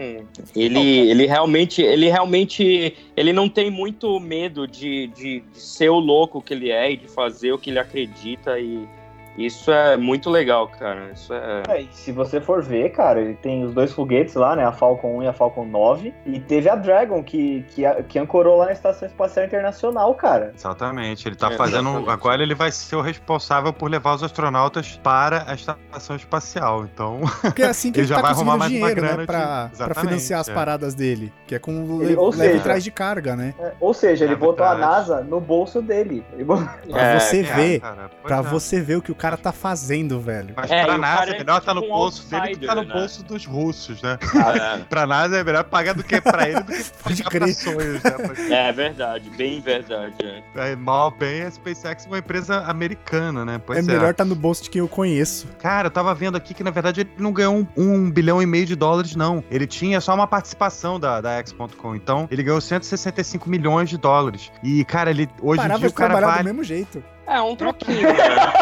ele, ele realmente, ele realmente, ele não tem muito medo de, de, de ser o louco que ele é e de fazer o que ele acredita, e isso é muito legal, cara. Isso é... É, e se você for ver, cara, ele tem os dois foguetes lá, né? A Falcon um e a Falcon nove. E teve a Dragon, que, que, que ancorou lá na Estação Espacial Internacional, cara. Exatamente. Ele tá É, fazendo. exatamente. Agora ele vai ser o responsável por levar os astronautas para a estação espacial. Então. Porque é assim que Ele ele, já tá vai conseguindo arrumar mais uma dinheiro, né? grana Pra, de- pra Exatamente, financiar as é. paradas dele. Que é com Ele- le ou leve seja- trás de carga, né? É, ou seja, ele É botou a verdade. NASA no bolso dele. Ele botou- Pra É, você É, ver, cara, pois pra é. você ver o que o cara tá fazendo, velho. Mas É, pra e o NASA cara é é melhor estar no tipo um bolso dele do que tá no outsider, né? bolso dos russos, né? É, Pra NASA é melhor pagar do que pra ele do que Pode pagar crer. pra sonhos, né? é verdade, bem verdade. é. É, mal bem, a SpaceX é uma empresa americana, né? Pois É é. melhor tá no bolso de quem eu conheço. Cara, eu tava vendo aqui que, na verdade, ele não ganhou um, um bilhão e meio de dólares, não. Ele tinha só uma participação da, da X ponto com. Então, ele ganhou cento e sessenta e cinco milhões de dólares. E, cara, ele hoje em Parava dia de o cara trabalhar do vale... mesmo jeito. É, um troquinho, né?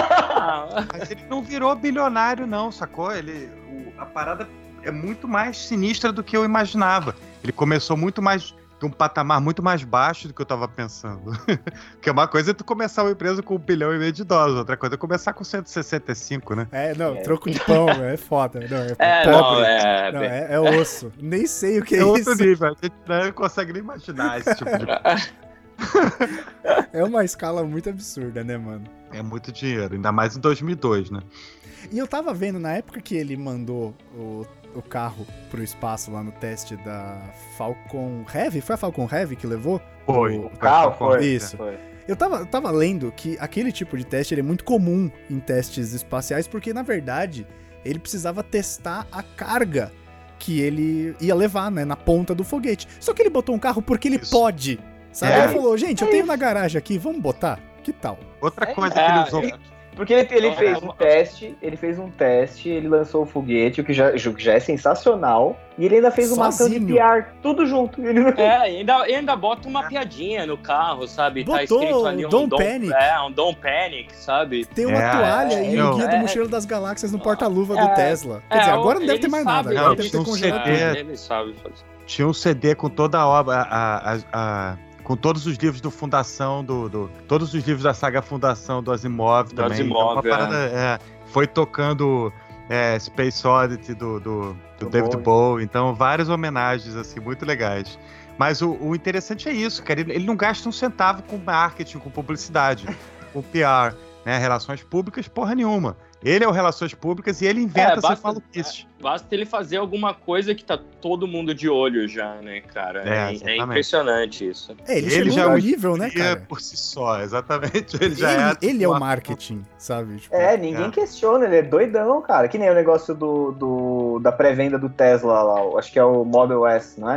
Ah, Mas ele não virou bilionário, não, sacou? Ele, o- a parada é muito mais sinistra do que eu imaginava. Ele começou muito mais... de um patamar muito mais baixo do que eu tava pensando. Porque uma coisa é tu começar uma empresa com um bilhão e meio de dólares, outra coisa é começar com cento e sessenta e cinco, né? É, não, É. troco de pão, é foda. Não, é, É, pobre. não, é... Não, é, é osso. Nem sei o que é, É outro isso. nível, a gente não consegue nem imaginar esse tipo de... É uma escala muito absurda, né, mano? É muito dinheiro, ainda mais em dois mil e dois, né? E eu tava vendo, na época que ele mandou o, o carro pro espaço lá no teste da Falcon Heavy, foi a Falcon Heavy que levou? Foi. O- O carro foi. Isso. Foi. Eu tava, eu tava lendo que aquele tipo de teste ele é muito comum em testes espaciais, porque, na verdade, ele precisava testar a carga que ele ia levar, né, na ponta do foguete. Só que ele botou um carro porque ele Isso. pode, sabe? É. Ele falou, gente, eu tenho na garagem aqui, vamos botar? Que tal? Outra É, coisa que ele usou... é, Porque ele, ele Então, fez é, um teste, ele fez um teste, ele lançou o foguete, o que já, o que já é sensacional, e ele ainda fez uma ação de Sozinho. P R, tudo junto. Ele não... É, ainda, ainda bota uma piadinha no carro, sabe? Tá Botou escrito ali um Don't Panic. É, um Don't Panic, sabe? Tem uma É, toalha é, e o não. guia do É. Mochileiro das Galáxias no porta-luva É, do Tesla. Quer É, dizer, agora não deve ele ter mais sabe, nada, Não, agora deve tinha ter um congelado. C D. É, ele sabe fazer. Tinha um C D com toda a obra, a, a- a- com todos os livros do Fundação, do, do- todos os livros da saga Fundação do Asimov Do também. Asimov, Então, uma parada, é, foi tocando é, Space Oddity do, do, do Do David Bowie. Bowie. Então, várias homenagens, assim, muito legais. Mas o, o interessante é isso, cara. Ele, ele não gasta um centavo com marketing, com publicidade, com P R, né? Relações públicas, porra nenhuma. Ele é o Relações Públicas e ele inventa É, essa basta- maluquice. Basta ele fazer alguma coisa que tá todo mundo de olho já, né, cara? É, É, é exatamente. impressionante isso. É, ele, Ele chegou já é no um nível, né, Cria cara? por si só, exatamente. Ele já Ele, é, ele é o uma- marketing, sabe? Tipo, É, ninguém É. questiona, ele é doidão, cara. Que nem o negócio do, do, da pré-venda do Tesla lá, o- acho que é o Model S, não é?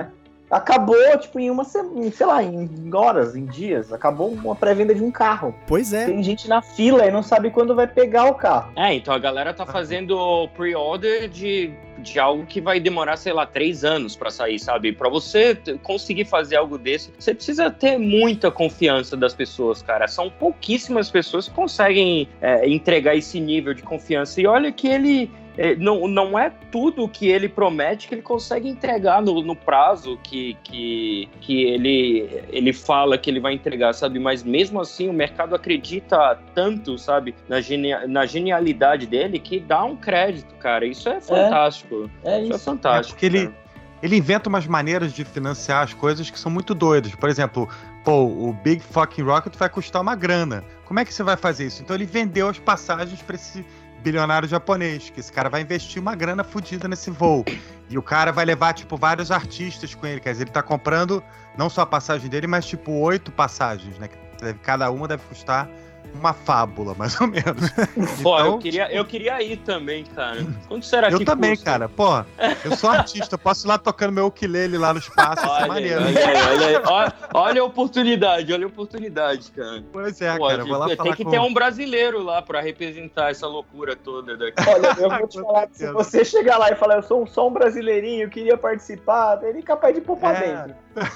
acabou, tipo, em uma semana, sei lá, em horas, em dias. Acabou uma pré-venda de um carro. Pois é. Tem gente na fila e não sabe quando vai pegar o carro. É, então a galera tá fazendo pre-order de, de algo que vai demorar, sei lá, três anos pra sair, sabe? Pra você t- conseguir fazer algo desse, você precisa ter muita confiança das pessoas, cara. São pouquíssimas pessoas que conseguem é, entregar esse nível de confiança. E olha que ele... É, não, não é tudo que ele promete que ele consegue entregar no, no prazo que, que, que ele, ele fala que ele vai entregar, sabe? Mas mesmo assim o mercado acredita tanto, sabe? Na, genia, na genialidade dele que dá um crédito, cara. Isso é fantástico. É, é isso. isso é fantástico. É porque ele, ele inventa umas maneiras de financiar as coisas que são muito doidas. Por exemplo, pô, o Big Fucking Rocket vai custar uma grana. Como é que você vai fazer isso? Então ele vendeu as passagens para esse bilionário japonês, que esse cara vai investir uma grana fodida nesse voo. E o cara vai levar, tipo, vários artistas com ele. Quer dizer, ele tá comprando não só a passagem dele, mas, tipo, oito passagens, né? Cada uma deve custar uma fábula, mais ou menos. Pô, Então, eu, queria, eu queria ir também, cara. Quanto será eu que também, custa? cara. Pô, eu sou artista, eu posso ir lá tocando meu ukulele lá no espaço, isso é Olha, maneiro. olha, olha, olha, olha a oportunidade, olha a oportunidade, cara. Pois é, Pô, cara, eu vou lá tem falar que com... ter um brasileiro lá pra representar essa loucura toda daqui. Olha, eu vou te falar que se você chegar lá e falar, eu sou um, só um brasileirinho, eu queria participar, ele é capaz de pôr pra É. dentro.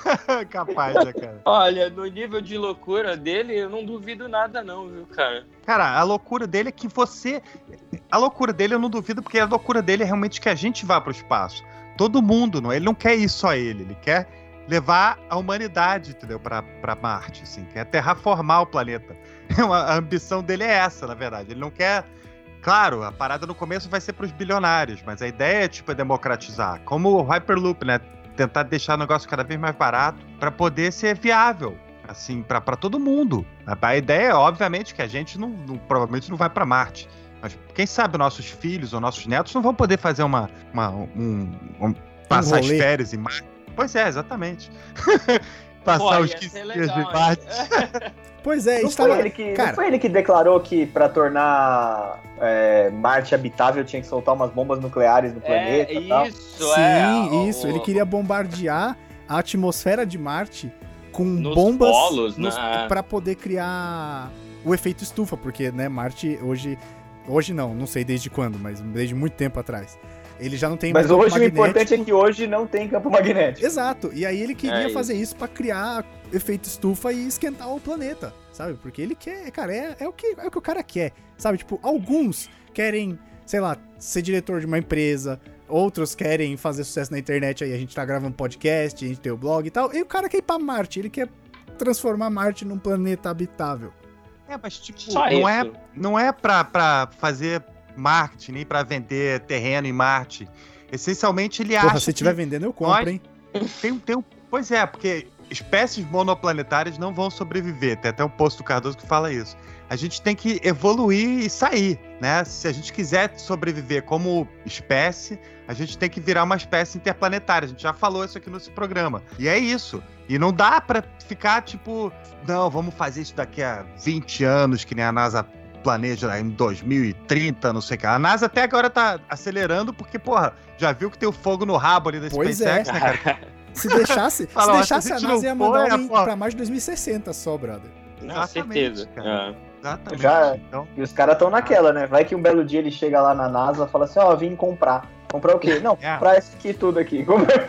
Capaz, né, cara? Olha, no nível de loucura dele, eu não duvido nada não, viu, cara? Cara, a loucura dele é que você... A loucura dele eu não duvido, porque a loucura dele é realmente que a gente vá pro espaço. Todo mundo, não? Ele não quer ir só ele, ele quer levar a humanidade, entendeu? Pra, pra Marte, assim, quer terraformar o planeta. A ambição dele é essa, na verdade. Ele não quer... Claro, a parada no começo vai ser pros bilionários, mas a ideia é, tipo, é democratizar. Como o Hyperloop, né? Tentar deixar o negócio cada vez mais barato pra poder ser viável. Assim, pra, pra todo mundo. A, a ideia é, obviamente, que a gente não, não, provavelmente não vai pra Marte. Mas quem sabe nossos filhos ou nossos netos não vão poder fazer uma... uma um, um, passar as rolê. férias em Marte. Pois é, exatamente. Passar Pô, os ia quinze ser dias legal, de Marte. Pois é, a Não gente foi, tava... ele que, Cara, não foi ele que declarou que pra tornar é, Marte habitável tinha que soltar umas bombas nucleares no planeta É, e tal? isso, sim, é. isso. o- Ele queria bombardear a atmosfera de Marte com Nos bombas polos, nos, né? pra poder criar o efeito estufa, porque, né, Marte hoje... Hoje não, não sei desde quando, mas desde muito tempo atrás. Ele já não tem Mas mais campo hoje o importante magnético. é que hoje não tem campo magnético. Exato, e aí ele queria É fazer isso pra criar efeito estufa e esquentar o planeta, sabe? Porque ele quer, cara, é, é, o que, é o que o cara quer, sabe? Tipo, alguns querem, sei lá, ser diretor de uma empresa, outros querem fazer sucesso na internet, aí a gente tá gravando podcast, a gente tem o blog e tal, e o cara quer ir pra Marte, ele quer transformar Marte num planeta habitável. É, mas tipo, Só não é, isso. não é pra, pra fazer marketing, nem pra vender terreno em Marte. Essencialmente ele Porra, acha se que tiver vendendo eu compro, nós- hein? tem, tem um... Pois é, porque espécies monoplanetárias não vão sobreviver. Tem até um post do Cardoso que fala isso. A gente tem que evoluir e sair, né? Se a gente quiser sobreviver como espécie, a gente tem que virar uma espécie interplanetária. A gente já falou isso aqui nesse programa. E é isso. E não dá pra ficar, tipo, não, vamos fazer isso daqui a vinte anos, que nem a NASA planeja em dois mil e trinta, não sei o que. A NASA até agora tá acelerando, porque, porra, já viu que tem o fogo no rabo ali da Pois SpaceX, é. né, cara? Se deixasse, Fala, se ó, deixasse se a a gente NASA não ia mandar for, alguém é, pô. pra mais de dois mil e sessenta só, brother. Não, Exatamente, certeza. cara. É. Exatamente. Já- Então, E os caras estão naquela, né? Vai que um belo dia ele chega lá na NASA e fala assim, ó, vim comprar. Comprar o quê? Não, É. comprar isso aqui tudo aqui.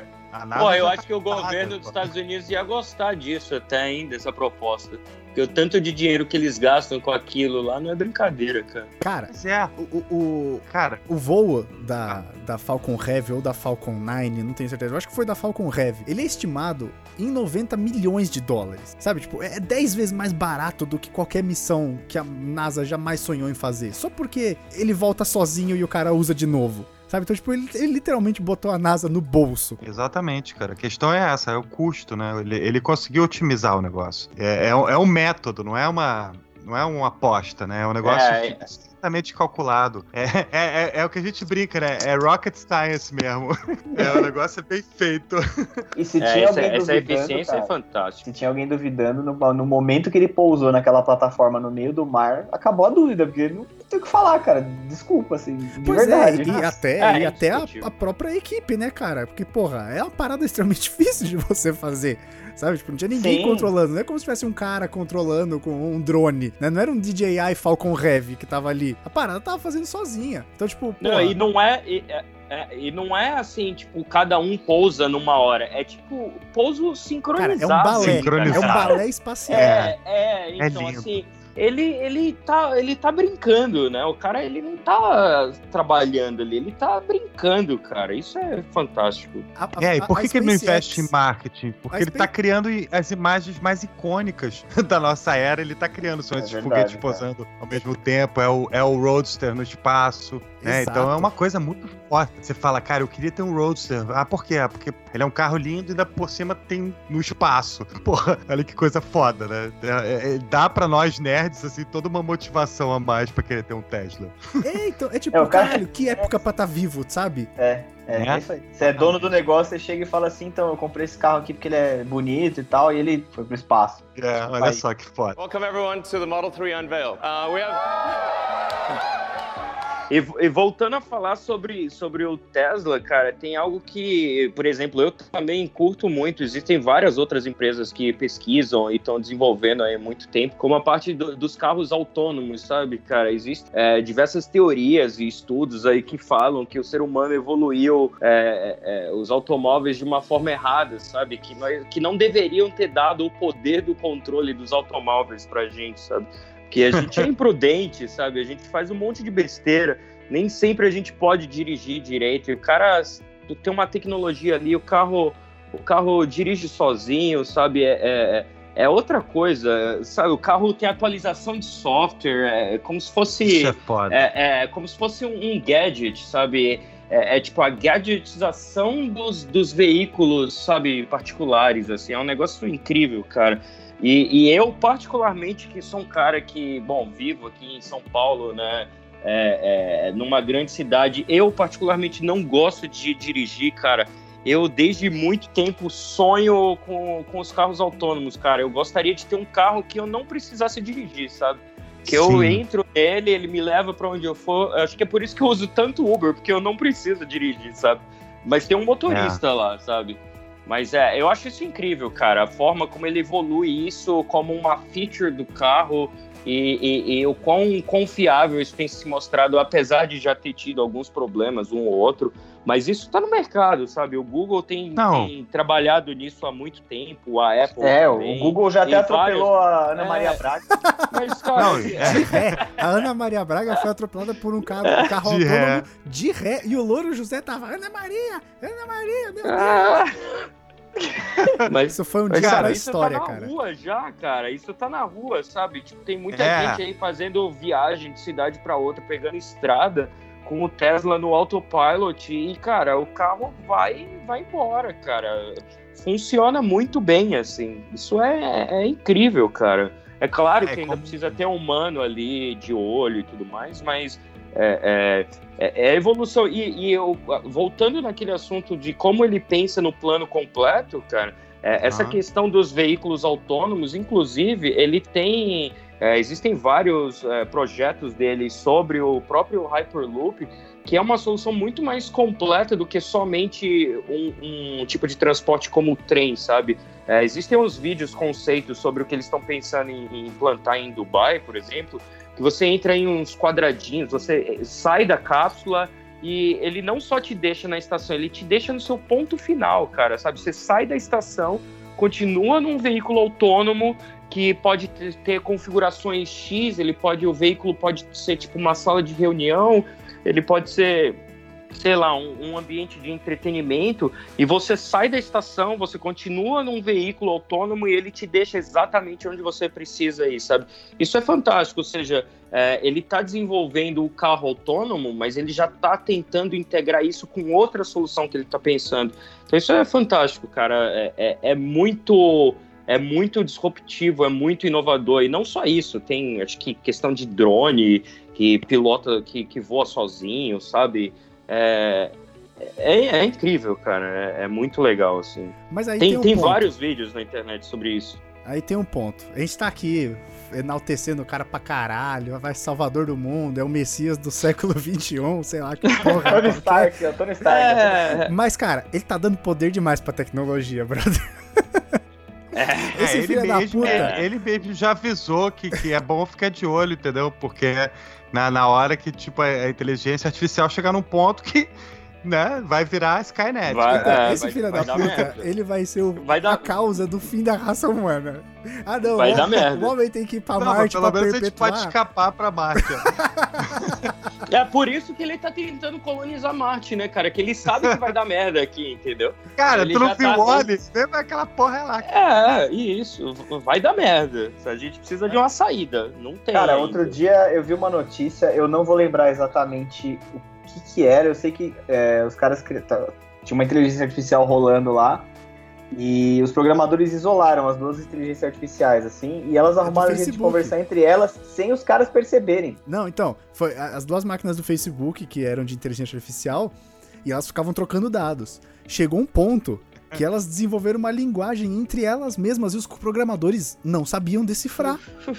a NASA Pô, eu já acho que o tá governo parada, dos pô. Estados Unidos ia gostar disso até, hein, dessa proposta. Porque o tanto de dinheiro que eles gastam com aquilo lá não é brincadeira, cara. Cara, Pois é, o, o, o, cara, o voo da, da Falcon Heavy ou da Falcon nove, não tenho certeza, eu acho que foi da Falcon Heavy, ele é estimado em noventa milhões de dólares, sabe? Tipo, é dez vezes mais barato do que qualquer missão que a NASA jamais sonhou em fazer, só porque ele volta sozinho e o cara usa de novo, sabe? Então, tipo, ele, ele literalmente botou a NASA no bolso. exatamente, cara. A questão é essa, é o custo, né? Ele, ele conseguiu otimizar o negócio. É, é, um- é um método, não é uma, não é uma aposta, né? É um negócio É, que perfeitamente calculado. É, é, é, é o que a gente brinca, né? É rocket science mesmo. É, o negócio é bem feito. E se É, tinha essa, alguém essa duvidando, eficiência cara, é fantástica. se tinha alguém duvidando, no, no momento que ele pousou naquela plataforma no meio do mar, acabou a dúvida, porque não tem o que falar, cara. Desculpa, assim, de Pois verdade. é, e Ah, até, é, e é até a, indiscutível. a própria equipe, né, cara? Porque, porra, é uma parada extremamente difícil de você fazer, sabe? Tipo, não tinha ninguém Sim. controlando, não é como se tivesse um cara controlando com um drone, né? Não era um D J I Falcon Heavy que tava ali. A parada tava fazendo sozinha. Então, tipo, Não, porra, e não é, e, é- é- e não é assim, tipo, cada um pousa numa hora. É tipo, pouso cara, sincronizado. é um balé. Sincronizado. É um balé espacial. É, é, então lindo. assim, ele, ele, tá, ele tá brincando, né? O cara, ele não tá trabalhando ali, ele tá brincando, cara. Isso é fantástico. A- a- É, e a- por a que, que ele não SpaceX investe em marketing? Porque A ele tá Space- criando i- as imagens mais icônicas da nossa era. Ele tá criando, são É esses verdade, foguetes cara. posando ao mesmo tempo. É o, é o Roadster no espaço. Né? Exato. Então é uma coisa muito forte. Você fala, cara, eu queria ter um Roadster. Ah, por quê? Porque ele é um carro lindo e ainda por cima tem no espaço. Porra, olha que coisa foda, né? É, é, dá pra nós nerds, assim, toda uma motivação a mais pra querer ter um Tesla. É, então, é tipo, É, o cara- caralho, que época pra tá vivo, sabe? É, é, Né? é isso aí. Você é dono do negócio, você chega e fala assim, então, eu comprei esse carro aqui porque ele é bonito e tal, e ele foi pro espaço. É, olha Vai. só que foda. Welcome everyone to the Model three unveil. Uh, we have. E, e voltando a falar sobre, sobre o Tesla, cara, tem algo que, por exemplo, eu também curto muito. Existem várias outras empresas que pesquisam e estão desenvolvendo aí há muito tempo, como a parte do- dos carros autônomos, sabe, cara? Existem é, diversas teorias e estudos aí que falam que o ser humano evoluiu é, é, os automóveis de uma forma errada, sabe? Que, nós, que não deveriam ter dado o poder do controle dos automóveis pra gente, sabe? Que a gente é imprudente, sabe? A gente faz um monte de besteira. Nem sempre a gente pode dirigir direito. E o cara tem uma tecnologia ali, o carro, o carro dirige sozinho, sabe? É, é, é outra coisa, sabe? O carro tem atualização de software, é como se fosse, Isso é foda. é, é como se fosse um, um gadget, sabe? É, é tipo a gadgetização dos, dos veículos, sabe? Particulares, assim. É um negócio incrível, cara. E, e eu, particularmente, que sou um cara que, bom, vivo aqui em São Paulo, né, é, é, numa grande cidade, eu, particularmente, não gosto de dirigir, cara. Eu, desde muito tempo, sonho com, com os carros autônomos, cara. Eu gostaria de ter um carro que eu não precisasse dirigir, sabe? Que eu Sim. entro nele, ele me leva pra onde eu for. Acho que é por isso que eu uso tanto Uber, porque eu não preciso dirigir, sabe? Mas tem um motorista lá, sabe? Mas é, eu acho isso incrível, cara. A forma como ele evolui isso como uma feature do carro e, e, e o quão confiável isso tem se mostrado, apesar de já ter tido alguns problemas, um ou outro. Mas isso tá no mercado, sabe? O Google tem, Não. tem trabalhado nisso há muito tempo, a Apple É, também. o Google já até Tem atropelou a Ana É. Maria Braga. Mas, cara, Não, assim, é. De ré. A Ana Maria Braga foi atropelada por um carro, um carro De autônomo ré. de ré. E o Louro José tava, Ana Maria, Ana Maria, meu Deus. ah. Mas Isso foi um Mas, dia cara, pra isso história, tá na cara. rua já, cara. Isso tá na rua, sabe? Tipo, tem muita É. gente aí fazendo viagem de cidade pra outra, pegando estrada com o Tesla no autopilot e, cara, o carro vai, vai embora, cara. Funciona muito bem, assim. Isso é, é incrível, cara. É claro É, que ainda como- precisa ter um humano ali de olho e tudo mais, mas é, é, é, é evolução. E, e eu, voltando naquele assunto de como ele pensa no plano completo, cara, é, essa Aham. questão dos veículos autônomos, inclusive, ele tem... É, existem vários é, projetos dele sobre o próprio Hyperloop, que é uma solução muito mais completa do que somente um, um tipo de transporte como o trem, sabe? É, existem uns vídeos, conceitos sobre o que eles estão pensando em, em implantar em Dubai, por exemplo, que você entra em uns quadradinhos, você sai da cápsula e ele não só te deixa na estação, ele te deixa no seu ponto final, cara, sabe? Você sai da estação, continua num veículo autônomo que pode ter, ter configurações X, ele pode, o veículo pode ser tipo uma sala de reunião, ele pode ser, sei lá, um, um ambiente de entretenimento, e você sai da estação, você continua num veículo autônomo e ele te deixa exatamente onde você precisa ir, sabe? Isso é fantástico, ou seja, é, ele está desenvolvendo o carro autônomo, mas ele já está tentando integrar isso com outra solução que ele está pensando. Então isso é fantástico, cara, é, é, é muito... É muito disruptivo, é muito inovador. E não só isso, tem, acho que, questão de drone que pilota, que, que voa sozinho, sabe? É, é, é incrível, cara. É, é muito legal, assim. Mas aí tem tem, um tem ponto. vários vídeos na internet sobre isso. Aí tem um ponto. A gente tá aqui enaltecendo o cara pra caralho, vai Salvador do mundo, é o Messias do século vinte e um, sei lá que porra. Tony Stark, é o Tony Stark. É, Mas, cara, ele tá dando poder demais pra tecnologia, brother. é, Esse É, filho ele, da mesmo, puta. é, ele mesmo já avisou que, que é bom ficar de olho, entendeu? Porque na, na hora que tipo, a, a inteligência artificial chegar num ponto que, né, vai virar Skynet. Vai- Então, é, esse filho vai da dar puta, merda. ele vai ser o- Vai dar- a causa do fim da raça humana. Ah, não, Vai o, dar merda. o homem tem que ir pra Não, mas Marte pelo pra menos a gente pode perpetuar. escapar pra Marte. ó. É por isso que ele tá tentando colonizar Marte, né, cara? Que ele sabe que vai dar merda aqui, entendeu? Cara, Ele tu não já viu tá- o Wall-E? Lembra aquela porra lá? É, isso. Vai dar merda. A gente precisa de uma saída. Não tem. Cara, ainda. outro dia eu vi uma notícia, eu não vou lembrar exatamente o que que era, eu sei que é, os caras... cri- tá- tinha uma inteligência artificial rolando lá, e os programadores isolaram as duas inteligências artificiais, assim, e elas arrumaram um jeito de Facebook. conversar entre elas sem os caras perceberem. Não, então, foi a- as duas máquinas do Facebook, que eram de inteligência artificial, e elas ficavam trocando dados. Chegou um ponto que elas desenvolveram uma linguagem entre elas mesmas e os programadores não sabiam decifrar.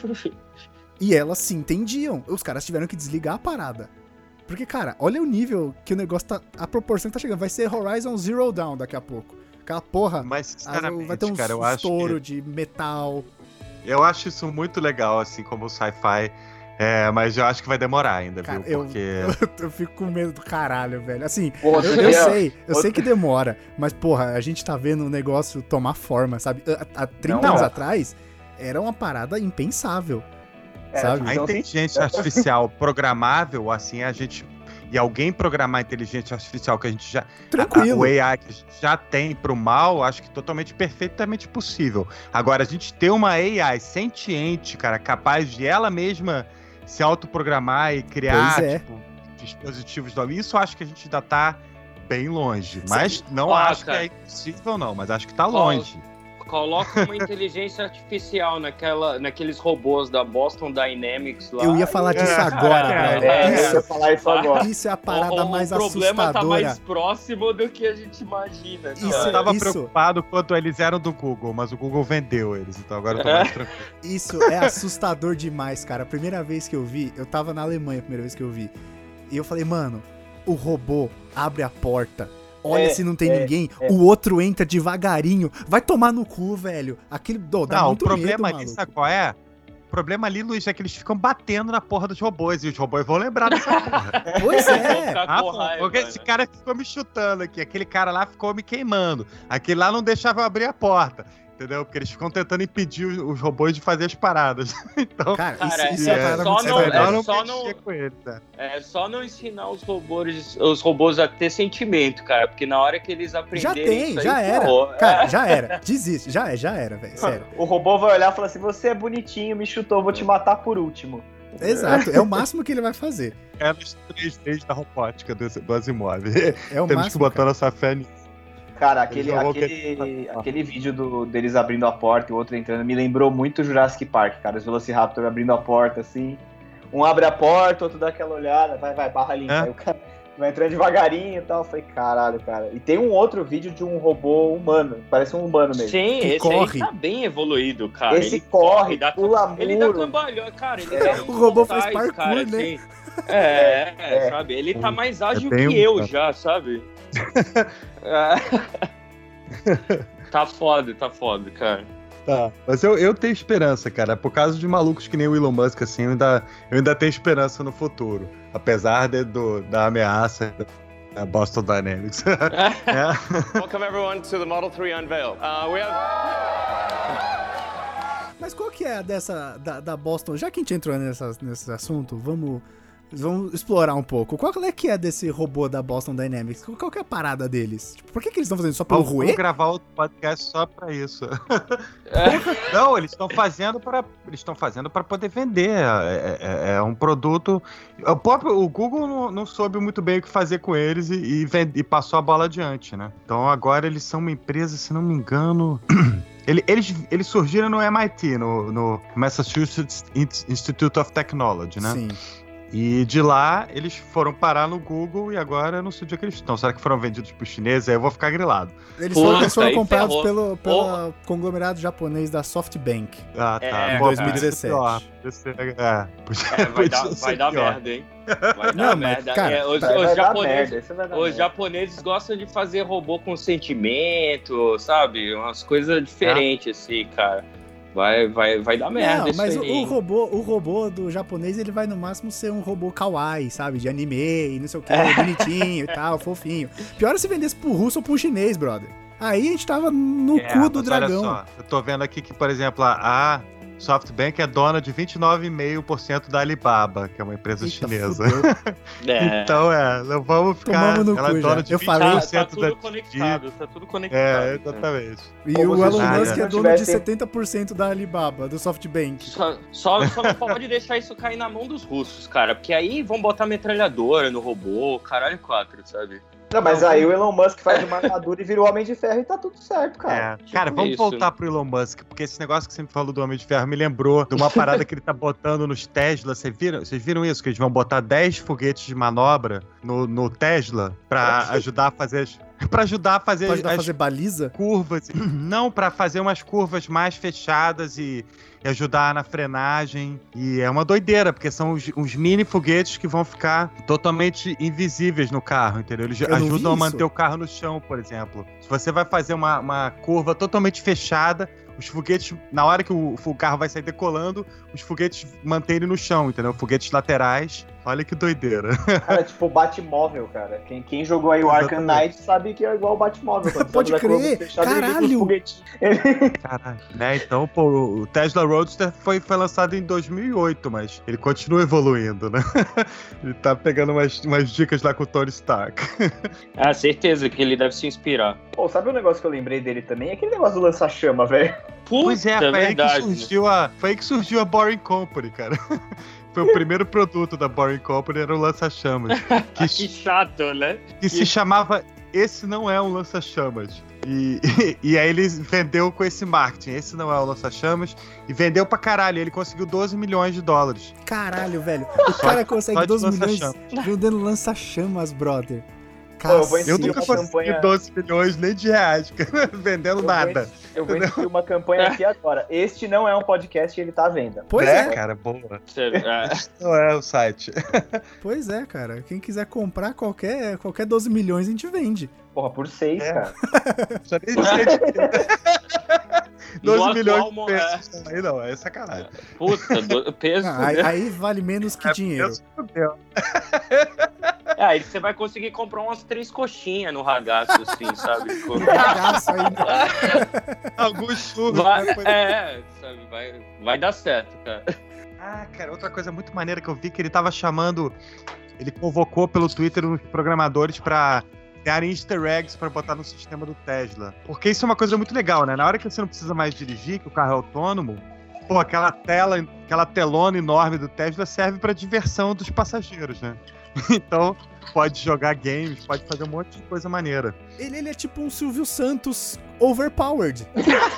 E elas se entendiam. Os caras tiveram que desligar a parada. Porque, cara, olha o nível que o negócio tá... A proporção que tá chegando. Vai ser Horizon Zero Dawn daqui a pouco. Aquela porra... Mas, as- sinceramente, vai ter um cara, eu acho, estouro que, de metal. eu acho isso muito legal, assim, como sci-fi. É, mas eu acho que vai demorar ainda, Cara, viu? eu, Porque... eu, eu fico com medo do caralho, velho. Assim, Porra, eu, outro eu dia- sei, eu outro- sei que demora, mas, porra, a gente tá vendo o negócio tomar forma, sabe? Há, há trinta Não, anos não. atrás, era uma parada impensável, É, sabe? A Então, inteligência artificial programável, assim, a gente... E alguém programar a inteligência artificial que a gente já... Tranquilo. A, o A I que a gente já tem pro mal, acho que totalmente, perfeitamente possível. Agora, a gente ter uma A I sentiente, cara, capaz de ela mesma se autoprogramar e criar, Pois é. tipo, dispositivos novos, isso eu acho que a gente ainda tá bem longe. Mas não Ó, acho cara. que é impossível, não. Mas acho que tá longe. Coloca uma inteligência artificial naquela, naqueles robôs da Boston Dynamics lá. Eu ia falar disso É, agora, cara, brother. É, Isso, eu ia falar isso agora. isso é a parada o, mais o problema tá assustadora. mais próximo do que a gente imagina. Isso Eu é- cara. tava isso- preocupado quando eles eram do Google, mas o Google vendeu eles, então agora eu tô É. mais tranquilo. Isso é assustador demais, cara. A primeira vez que eu vi, eu tava na Alemanha a primeira vez que eu vi. E eu falei, mano, o robô abre a porta. Olha É, se não tem é, ninguém, é. o outro entra devagarinho. Vai tomar no cu, velho. Aquele oh, dá Não, o muito problema medo, ali, maluco. sabe qual é? O problema ali, Luiz, é que eles ficam batendo na porra dos robôs, e os robôs vão lembrar dessa porra. Pois Vou é. ficar Ah, com pô, raiva, porque né? esse cara ficou me chutando aqui, aquele cara lá ficou me queimando, aquele lá não deixava eu abrir a porta, entendeu? Porque eles ficam tentando impedir os, os robôs de fazer as paradas. Então, Cara, Cara, isso, isso é é, uma parada só muito não- é séria. melhor é não só mexer não- com eles, né? É só não ensinar os robôs, os robôs a ter sentimento, cara. Porque na hora que eles Já aprenderem tem, isso aí, já era. ferrou. Cara, já era. Desiste, já é, já era, velho. Sério. O robô vai olhar e falar assim, você é bonitinho, me chutou, vou te matar por último. Exato, é o máximo que ele vai fazer. É nos três Ds da robótica do, do Asimov. É o Temos que máximo. botar cara. nossa fé nisso. Cara, aquele, Eles não vão aquele, aquele vídeo do, deles abrindo a porta e o outro entrando me lembrou muito Jurassic Park, cara. Os Velociraptor abrindo a porta, assim. Um abre a porta, outro dá aquela olhada, vai, vai, barra limpa. É. Aí o cara vai entrando devagarinho e tal. Eu falei, caralho, cara. E tem um outro vídeo de um robô humano, parece um humano mesmo. Sim, Que esse corre. aí tá bem evoluído, cara. Esse ele corre, dá, pula ele dá muro. cambalhota, cara. Ele É. dá O robô mortais, faz parkour, cara, né? assim. É, É. sabe? Ele tá mais ágil bem que um- eu já, sabe? É. Tá foda, tá foda, cara. Tá, mas eu, eu tenho esperança, cara. Por causa de malucos que nem o Elon Musk, assim, eu ainda, eu ainda tenho esperança no futuro. Apesar de, do, da ameaça da Boston Dynamics. É. Welcome everyone to the Model three unveil. Uh, we have. Mas qual que é a dessa da, da Boston? Já que a gente entrou nessa, nesse assunto, vamos, vamos explorar um pouco. Qual é que é desse robô da Boston Dynamics? Qual, qual que é a parada deles? Tipo, por que, que eles estão fazendo só pelo Vamos ruê? gravar outro podcast só pra isso. Não, eles estão fazendo para eles estão fazendo para poder vender. É, é- é um produto. O próprio o Google não, não soube muito bem o que fazer com eles e, e, vende- e passou a bola adiante, né? Então agora eles são uma empresa, se não me engano. Ele- Eles, eles surgiram no M I T, no, no Massachusetts Institute of Technology, né? Sim. E de lá, eles foram parar no Google e agora eu não sei onde é que eles estão. Será que foram vendidos pros chineses? Aí eu vou ficar grilado. Eles Puta, foram, eles foram aí comprados ferrou. pelo, pelo conglomerado japonês da SoftBank. Ah, tá. É, em Bom, dois mil e dezessete. podia ser pior. É, podia- É, vai podia dar, ser vai dar pior. merda, hein? Vai dar Não, mas, merda. cara, É, os, Vai, os vai dar japoneses, merda, isso vai dar os merda. japoneses gostam de fazer robô com sentimento, sabe? Umas coisas diferentes, assim, cara. Vai, vai, vai dar merda Não, isso mas aí. o, o robô, o robô do japonês, ele vai no máximo ser um robô kawaii, sabe? De anime e não sei o que, bonitinho e tal, fofinho. Pior é se vendesse pro russo ou pro chinês, brother. Aí a gente tava no É, cu do mas olha dragão. só, eu tô vendo aqui que, por exemplo, a SoftBank é dona de vinte e nove vírgula cinco por cento da Alibaba, que é uma empresa Eita, chinesa. fudeu. É. Então, é, não vamos ficar... Tomamos no ela cu é dona já. de Eu vinte falei- por Tá, tá cento tudo da... conectado, tá tudo conectado. É, exatamente. E Como o vocês Elon sabem, Musk se é não dono de tivesse- setenta por cento da Alibaba, do SoftBank. Só, só, só não pode deixar isso cair na mão dos russos, cara. Porque aí vão botar metralhadora no robô, caralho, quatro, sabe? Não, mas aí o Elon Musk faz uma armadura e vira o Homem de Ferro e tá tudo certo, cara. É. Cara, vamos isso. voltar pro Elon Musk, porque esse negócio que você me falou do Homem de Ferro me lembrou de uma parada que ele tá botando nos Tesla. Vocês viram, vocês viram isso? Que eles vão botar dez foguetes de manobra no, no Tesla pra ajudar a fazer as, pra ajudar a fazer, Pode dar as fazer baliza? curvas. Não, pra fazer umas curvas mais fechadas e, e ajudar na frenagem. E é uma doideira, porque são os, uns mini foguetes que vão ficar totalmente invisíveis no carro, entendeu? Eles Eu não ajudam a vi manter isso. o carro no chão, por exemplo. Se você vai fazer uma, uma curva totalmente fechada, os foguetes, na hora que o, o carro vai sair decolando, os foguetes mantêm ele no chão, entendeu? Foguetes laterais. Olha que doideira. Cara, tipo o Batmóvel, cara. Quem, quem jogou aí o Arkham Exatamente. Knight sabe que é igual o Batmóvel. Quando Pode você anda crer, curva fechada, ele vem com os caralho. foguetinhos. Caralho. Né? Então, pô, o Tesla Roadster foi, foi lançado em dois mil e oito, mas ele continua evoluindo, né? Ele tá pegando umas, umas dicas lá com o Tony Stark. Ah, certeza que ele deve se inspirar. Pô, sabe um negócio que eu lembrei dele também? Aquele negócio do lança-chama, velho. Puta, Pois é, foi, verdade. aí que surgiu a, foi aí que surgiu a Boring Company, cara. Foi o primeiro produto da Boring Company, era o lança-chamas. Que, Que chato, né? que se chamava Esse Não É um Lança-Chamas. E, e, e aí ele vendeu com esse marketing, esse não é o lança-chamas, e vendeu pra caralho, ele conseguiu doze milhões de dólares. Caralho, velho. O cara consegue só de doze milhões lança-chamas. vendendo lança-chamas, brother. Pô, eu vou Cacete. Eu Sim, nunca uma consegui campanha- doze milhões nem de reais, cara, vendendo Eu nada. vou- Eu vou instituir uma campanha aqui agora. Este não é um podcast e ele tá à venda. Pois é, é, cara, boa. Sério, é. Não é o site. pois é, cara. Quem quiser comprar qualquer, qualquer doze milhões, a gente vende. Porra, por seis, É. cara. Já nem sei de doze No milhões atual de pesos. Aí não, é sacanagem. Puta, do, peso. Ah, aí, né? aí vale menos que dinheiro. Peso, fudeu. É, aí você vai conseguir comprar umas três coxinhas no ragazzo, assim, sabe? Com- Cagaço ainda. Alguns churros. Vai, né, foi- é, sabe, vai, vai dar certo, cara. Ah, cara, outra coisa muito maneira que eu vi que ele tava chamando. Ele convocou pelo Twitter os programadores pra criarem easter eggs pra botar no sistema do Tesla. Porque isso é uma coisa muito legal, né? Na hora que você não precisa mais dirigir, que o carro é autônomo, pô, aquela tela, aquela telona enorme do Tesla serve pra diversão dos passageiros, né? Então, pode jogar games, pode fazer um monte de coisa maneira. Ele, ele é tipo um Silvio Santos overpowered.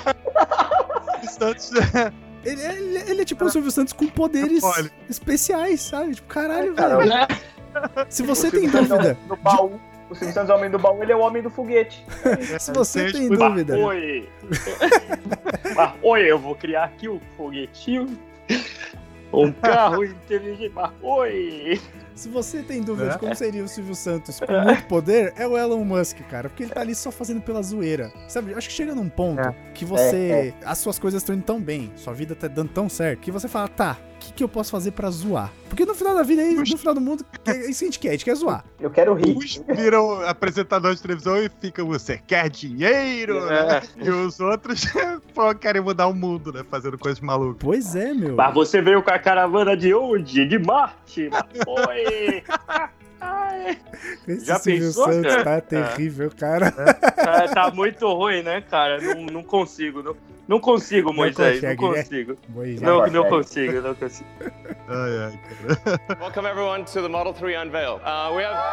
Santos, Ele, ele, ele é tipo um Silvio Santos com poderes Olha. especiais, sabe? Tipo, caralho, Cara, velho. Se você tem dúvida, No baú. O Silvio Santos é o homem do baú, ele é o homem do foguete. se você tem Mas, dúvida, Oi! Mas, oi, eu vou criar aqui um foguetinho. Um carro inteligente. Mas, oi! se você tem dúvida É. de como seria o Silvio Santos com muito poder, é o Elon Musk, cara. Porque ele tá ali só fazendo pela zoeira. Sabe, acho que chega num ponto É. que você... As suas coisas estão indo tão bem, sua vida tá dando tão certo, que você fala, tá, o que, que eu posso fazer pra zoar? Porque no final da vida, aí, no final do mundo, é isso que a gente quer, a gente quer zoar. Eu quero rir. uns viram apresentador de televisão e fica, você quer dinheiro? né? E os outros, pô, querem mudar o mundo, né? Fazendo coisas malucas. Pois é, meu. Mas você veio com a caravana de onde? De Marte? Mas, oi! Ai, Esse já Silvio pensou, Santos cara? tá terrível, cara. tá, tá muito ruim, né, cara? Não, não consigo, não, não consigo, Moisés, não consegue, né? consigo. Pois é. Não, consegue. não consigo, não consigo. Ai, ai, cara. Welcome everyone to the Model three unveil. Uh, we have.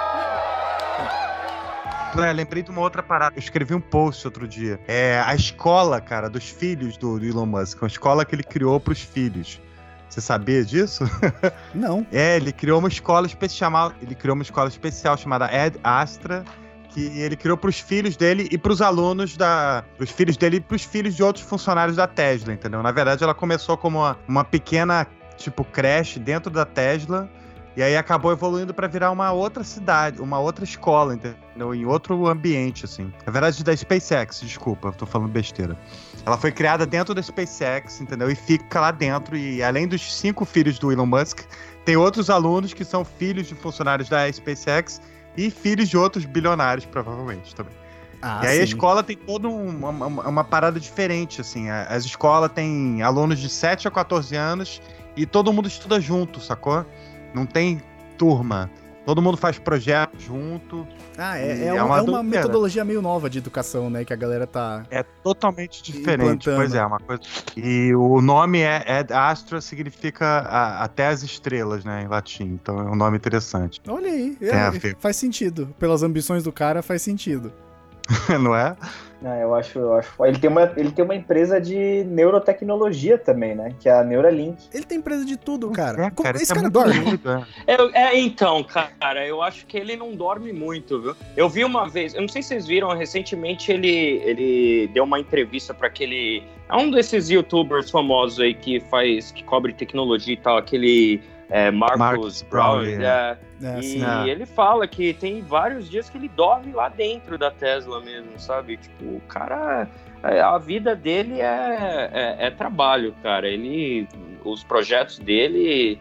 É, lembrei de uma outra parada. Eu escrevi um post outro dia. É a escola, cara, dos filhos do, do Elon Musk. Uma escola que ele criou pros filhos. Você sabia disso? Não. É, ele criou uma escola especial, ele criou uma escola especial chamada Ad Astra, que ele criou para os filhos dele e para os alunos da, para os filhos dele e para os filhos de outros funcionários da Tesla, entendeu? Na verdade, ela começou como uma, uma pequena tipo creche dentro da Tesla. E aí acabou evoluindo para virar uma outra cidade, uma outra escola, entendeu? Em outro ambiente, assim. Na verdade, da SpaceX, desculpa, eu tô falando besteira. Ela foi criada dentro da SpaceX, entendeu? E fica lá dentro. E além dos cinco filhos do Elon Musk, tem outros alunos que são filhos de funcionários da SpaceX e filhos de outros bilionários, provavelmente, também. Ah, e aí sim. a escola tem toda uma, uma, uma parada diferente, assim. As escolas têm alunos de sete a quatorze anos e todo mundo estuda junto, sacou? Não tem turma. Todo mundo faz projeto junto. Ah, é, é, é uma, uma é uma doideira. metodologia meio nova de educação, né? Que a galera tá... É totalmente diferente. Implantando. Pois é, uma coisa... E o nome é Ad Astra, significa a, até as estrelas, né? Em latim. Então é um nome interessante. Olha aí, é, Tem a ver. faz sentido. Pelas ambições do cara, faz sentido. Não é? Não, eu acho, eu acho. Ele tem, uma, ele tem uma empresa de neurotecnologia também, né? Que é a Neuralink. Ele tem empresa de tudo, cara. É, cara, Esse isso é cara muito dorme. doido, é. É, é, então, cara, eu acho que ele não dorme muito, viu? Eu vi uma vez, eu não sei se vocês viram, recentemente ele, ele deu uma entrevista para aquele... É um desses youtubers famosos aí que faz, que cobre tecnologia e tal, aquele é, Marcus, Marcus Brown. Brown, é, É, e assim, é. ele fala que tem vários dias que ele dorme lá dentro da Tesla mesmo, sabe? Tipo, o cara... A vida dele é, é, é trabalho, cara. Ele... Os projetos dele...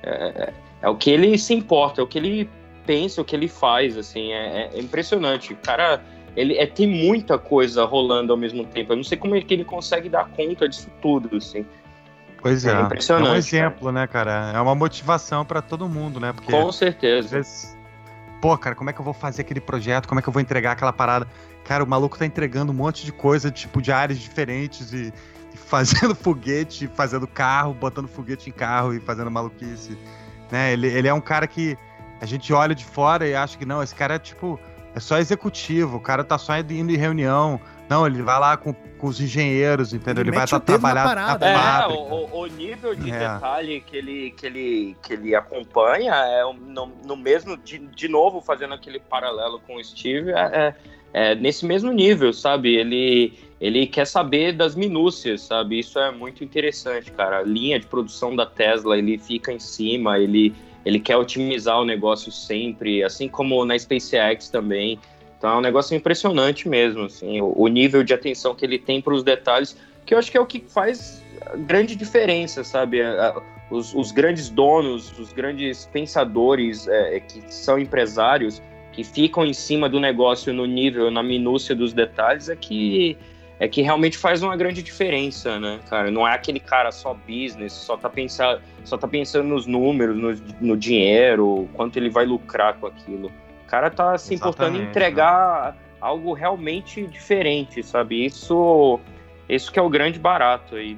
É, é o que ele se importa, é o que ele pensa, o que ele faz, assim. É, é impressionante. O cara... Ele é, tem muita coisa rolando ao mesmo tempo. Eu não sei como é que ele consegue dar conta disso tudo, assim. Pois é. É impressionante, É um exemplo, né, cara? É uma motivação pra todo mundo, né? Porque Com às certeza. vezes, pô, cara, como é que eu vou fazer aquele projeto? Como é que eu vou entregar aquela parada? Cara, o maluco tá entregando um monte de coisa, tipo, de áreas diferentes e, e fazendo foguete, fazendo carro, botando foguete em carro e fazendo maluquice, né? Ele, ele é um cara que a gente olha de fora e acha que não, esse cara é, tipo, é só executivo, o cara tá só indo em reunião. Não, ele vai lá com, com os engenheiros, entendeu? Ele Ele, vai mete estar o dedo na trabalhando na parada. É, fábrica. o, o nível de É. detalhe que ele, que ele, que ele acompanha é um- no, no mesmo, de, de novo, fazendo aquele paralelo com o Steve, é, é- é nesse mesmo nível, sabe? Ele, ele quer saber das minúcias, sabe? Isso é muito interessante, cara. A linha de produção da Tesla, ele fica em cima, ele, ele quer otimizar o negócio sempre, assim como na SpaceX também. Então é um negócio impressionante mesmo, assim, o, o nível de atenção que ele tem para os detalhes, que eu acho que é o que faz a grande diferença, sabe? A- a- os, os grandes donos, os grandes pensadores é, que são empresários, que ficam em cima do negócio no nível, na minúcia dos detalhes, é que, é que realmente faz uma grande diferença, né, cara? Não é aquele cara só business, só tá pensando, só tá pensando nos números, no, no dinheiro, quanto ele vai lucrar com aquilo. O cara tá se importando em Exatamente, entregar algo realmente diferente, sabe? Isso, isso que é o grande barato aí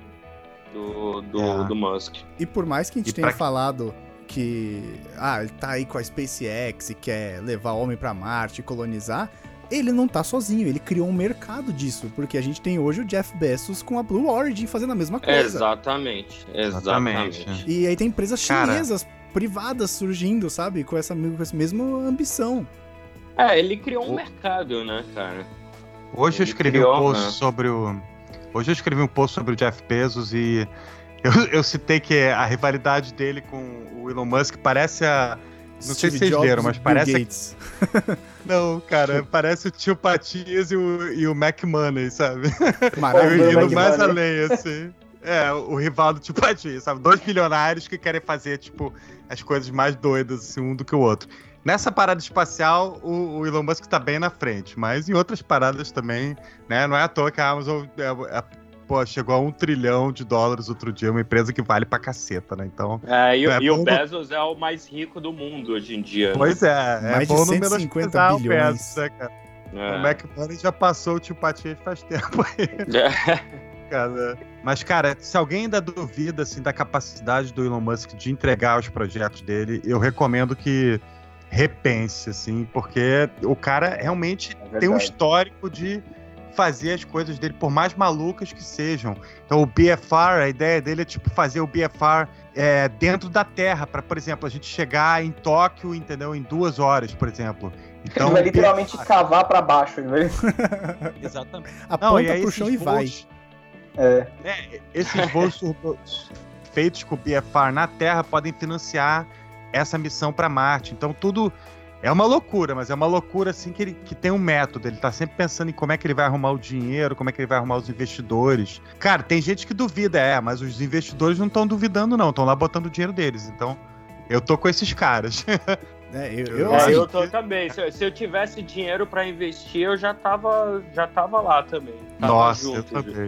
do, do, É. do Musk. E por mais que a gente E tenha pra- falado que ah, ele tá aí com a SpaceX e quer levar o homem pra Marte e colonizar, ele não tá sozinho, ele criou um mercado disso, porque a gente tem hoje o Jeff Bezos com a Blue Origin fazendo a mesma coisa. Exatamente, exatamente. Exatamente. E aí tem empresas Cara. chinesas privadas surgindo, sabe? Com essa, com essa mesma ambição. É, ele criou um O- mercado, né, cara? Hoje eu Ele escrevi criou, um post né? sobre o. Hoje eu escrevi um post sobre o Jeff Bezos e eu, eu citei que a rivalidade dele com o Elon Musk parece a. Não sei se vocês Jobs leram, e mas Bill parece. Gates. Não, cara, parece o tio Patias e o, e o Mac Money, sabe? Eu Maravilhoso. Mac indo mais Money. além, assim. É, o rival do tio Patias, sabe? Dois bilionários que querem fazer, tipo, as coisas mais doidas, assim, um do que o outro. Nessa parada espacial, o, o Elon Musk tá bem na frente, mas em outras paradas também, né? Não é à toa que a Amazon é, é, pô, chegou a um trilhão de dólares outro dia, uma empresa que vale pra caceta, né? Então, É, e, o- É e o bom- Bezos é o mais rico do mundo hoje em dia. né? pois é, é Mais de bom não cento e cinquenta menosprezar o bilhões. Bezos, né, cara? É. O Mac Money já passou o tio Patias faz tempo aí. É. Cara. Mas, cara, se alguém ainda duvida assim, da capacidade do Elon Musk de entregar os projetos dele, eu recomendo que repense, assim, porque o cara realmente É tem um verdade. histórico de fazer as coisas dele, por mais malucas que sejam. Então o B F R, a ideia dele é tipo fazer o B F R é, dentro da Terra, para, por exemplo, a gente chegar em Tóquio, entendeu? Em duas horas, por exemplo. Então, ele vai literalmente cavar pra baixo, né? Exatamente. Aponta Não, pro chão e vai. É. É, esses voos feitos com o B F R na Terra podem financiar essa missão para Marte. Então tudo é uma loucura, mas é uma loucura assim que, ele, que tem um método. Ele tá sempre pensando em como é que ele vai arrumar o dinheiro, como é que ele vai arrumar os investidores. Cara, tem gente que duvida, é, mas os investidores não estão duvidando não, estão lá botando o dinheiro deles. Então eu tô com esses caras. É, eu, eu, é, assim, eu tô também. Se, se eu tivesse dinheiro pra investir, eu já tava, já tava lá também. Tava Nossa, junto, eu também.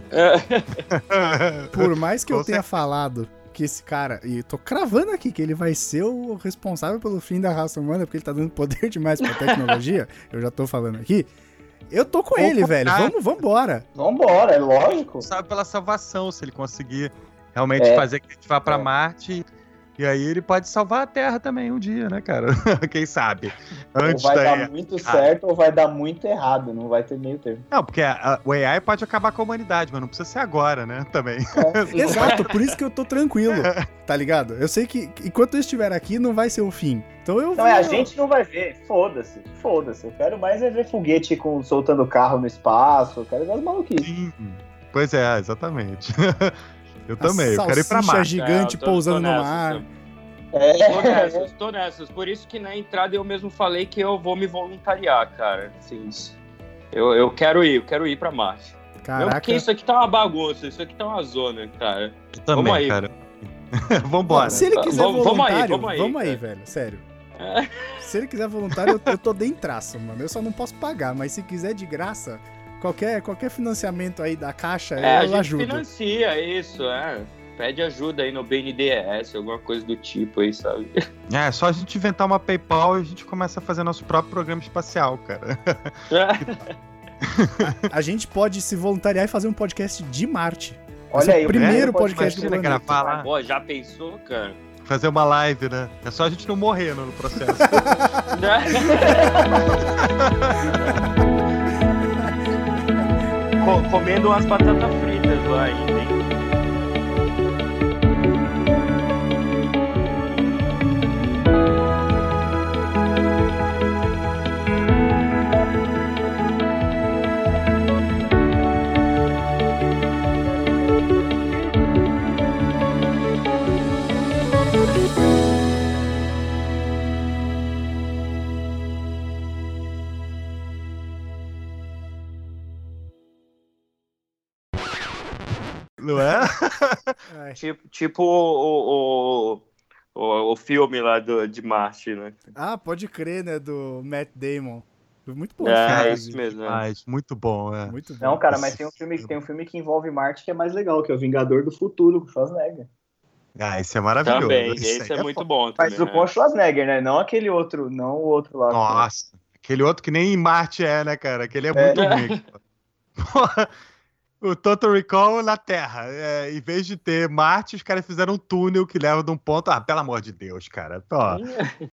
Por mais que eu tenha falado que esse cara, e tô cravando aqui que ele vai ser o responsável pelo fim da raça humana, porque ele tá dando poder demais pra tecnologia, eu já tô falando aqui, eu tô com ele, velho. Vamos, vambora. Vambora, é lógico. Sabe pela salvação, se ele conseguir realmente É. fazer que a gente vá pra É. Marte. E aí ele pode salvar a Terra também um dia, né, cara? Quem sabe? Ou Antes vai daí. dar muito certo ou vai dar muito errado, não vai ter meio termo. Não, porque a, a, o A I pode acabar com a humanidade, mas não precisa ser agora, né? Também. Exato, por isso que eu tô tranquilo, tá ligado? Eu sei que enquanto eu estiver aqui não vai ser o fim. Então eu Não, vou... é, a gente não vai ver. Foda-se, foda-se. Eu quero mais é ver foguete com, soltando carro no espaço. Eu quero ver as maluquices. Sim. Pois é, exatamente. Eu A também, eu quero ir pra salsicha Marte. gigante É, eu tô- pousando tô no nessas mar. também. É. Tô nessas, tô nessas. Por isso que na entrada eu mesmo falei que eu vou me voluntariar, cara. Assim, eu, eu quero ir, eu quero ir pra Marte. Mesmo Caraca, porque isso aqui tá uma bagunça, isso aqui tá uma zona, cara. Eu também, Vamos aí. cara. Vambora. se ele quiser Vamos- vamos aí, voluntário, vamos aí, vamos aí, cara. velho, sério. É. Se ele quiser voluntário, eu, eu tô dentraço, mano. Eu só não posso pagar, mas se quiser de graça, qualquer, qualquer financiamento aí da caixa, É, a eu gente ajudo. financia isso, é. Pede ajuda aí no B N D E S, alguma coisa do tipo aí, sabe? É, só a gente inventar uma PayPal e a gente começa a fazer nosso próprio programa espacial, cara. A gente pode se voluntariar e fazer um podcast de Marte. Vai Olha ser aí, o o primeiro primeiro podcast do Imagina planeta. gravar lá, Pô, já pensou, cara? fazer uma live, né? É só a gente não morrer no processo. Co- Comendo umas batatas fritas lá ainda, hein? Não é? Ai, Tipo, tipo o, o, o, o filme lá do, de Marte, né? Ah, pode crer, né? Do Matt Damon. Muito bom. É, filme, é isso inclusive. mesmo. né? Mas, muito bom, é. Muito bom. Não, cara, mas tem um filme, tem um filme que envolve Marte que é mais legal, que é o Vingador do Futuro, com o Schwarzenegger. Ah, esse é maravilhoso. Também, Esse esse aí é muito foda. bom Mas também. o com o né? Schwarzenegger, né? Não aquele outro, não o outro lá. Nossa, aquele outro que nem em Marte é, né, cara? Aquele é É. muito ruim. Porra, o Total Recall na Terra. É, em vez de ter Marte, os caras fizeram um túnel que leva de um ponto. Ah, pelo amor de Deus, cara. Ó,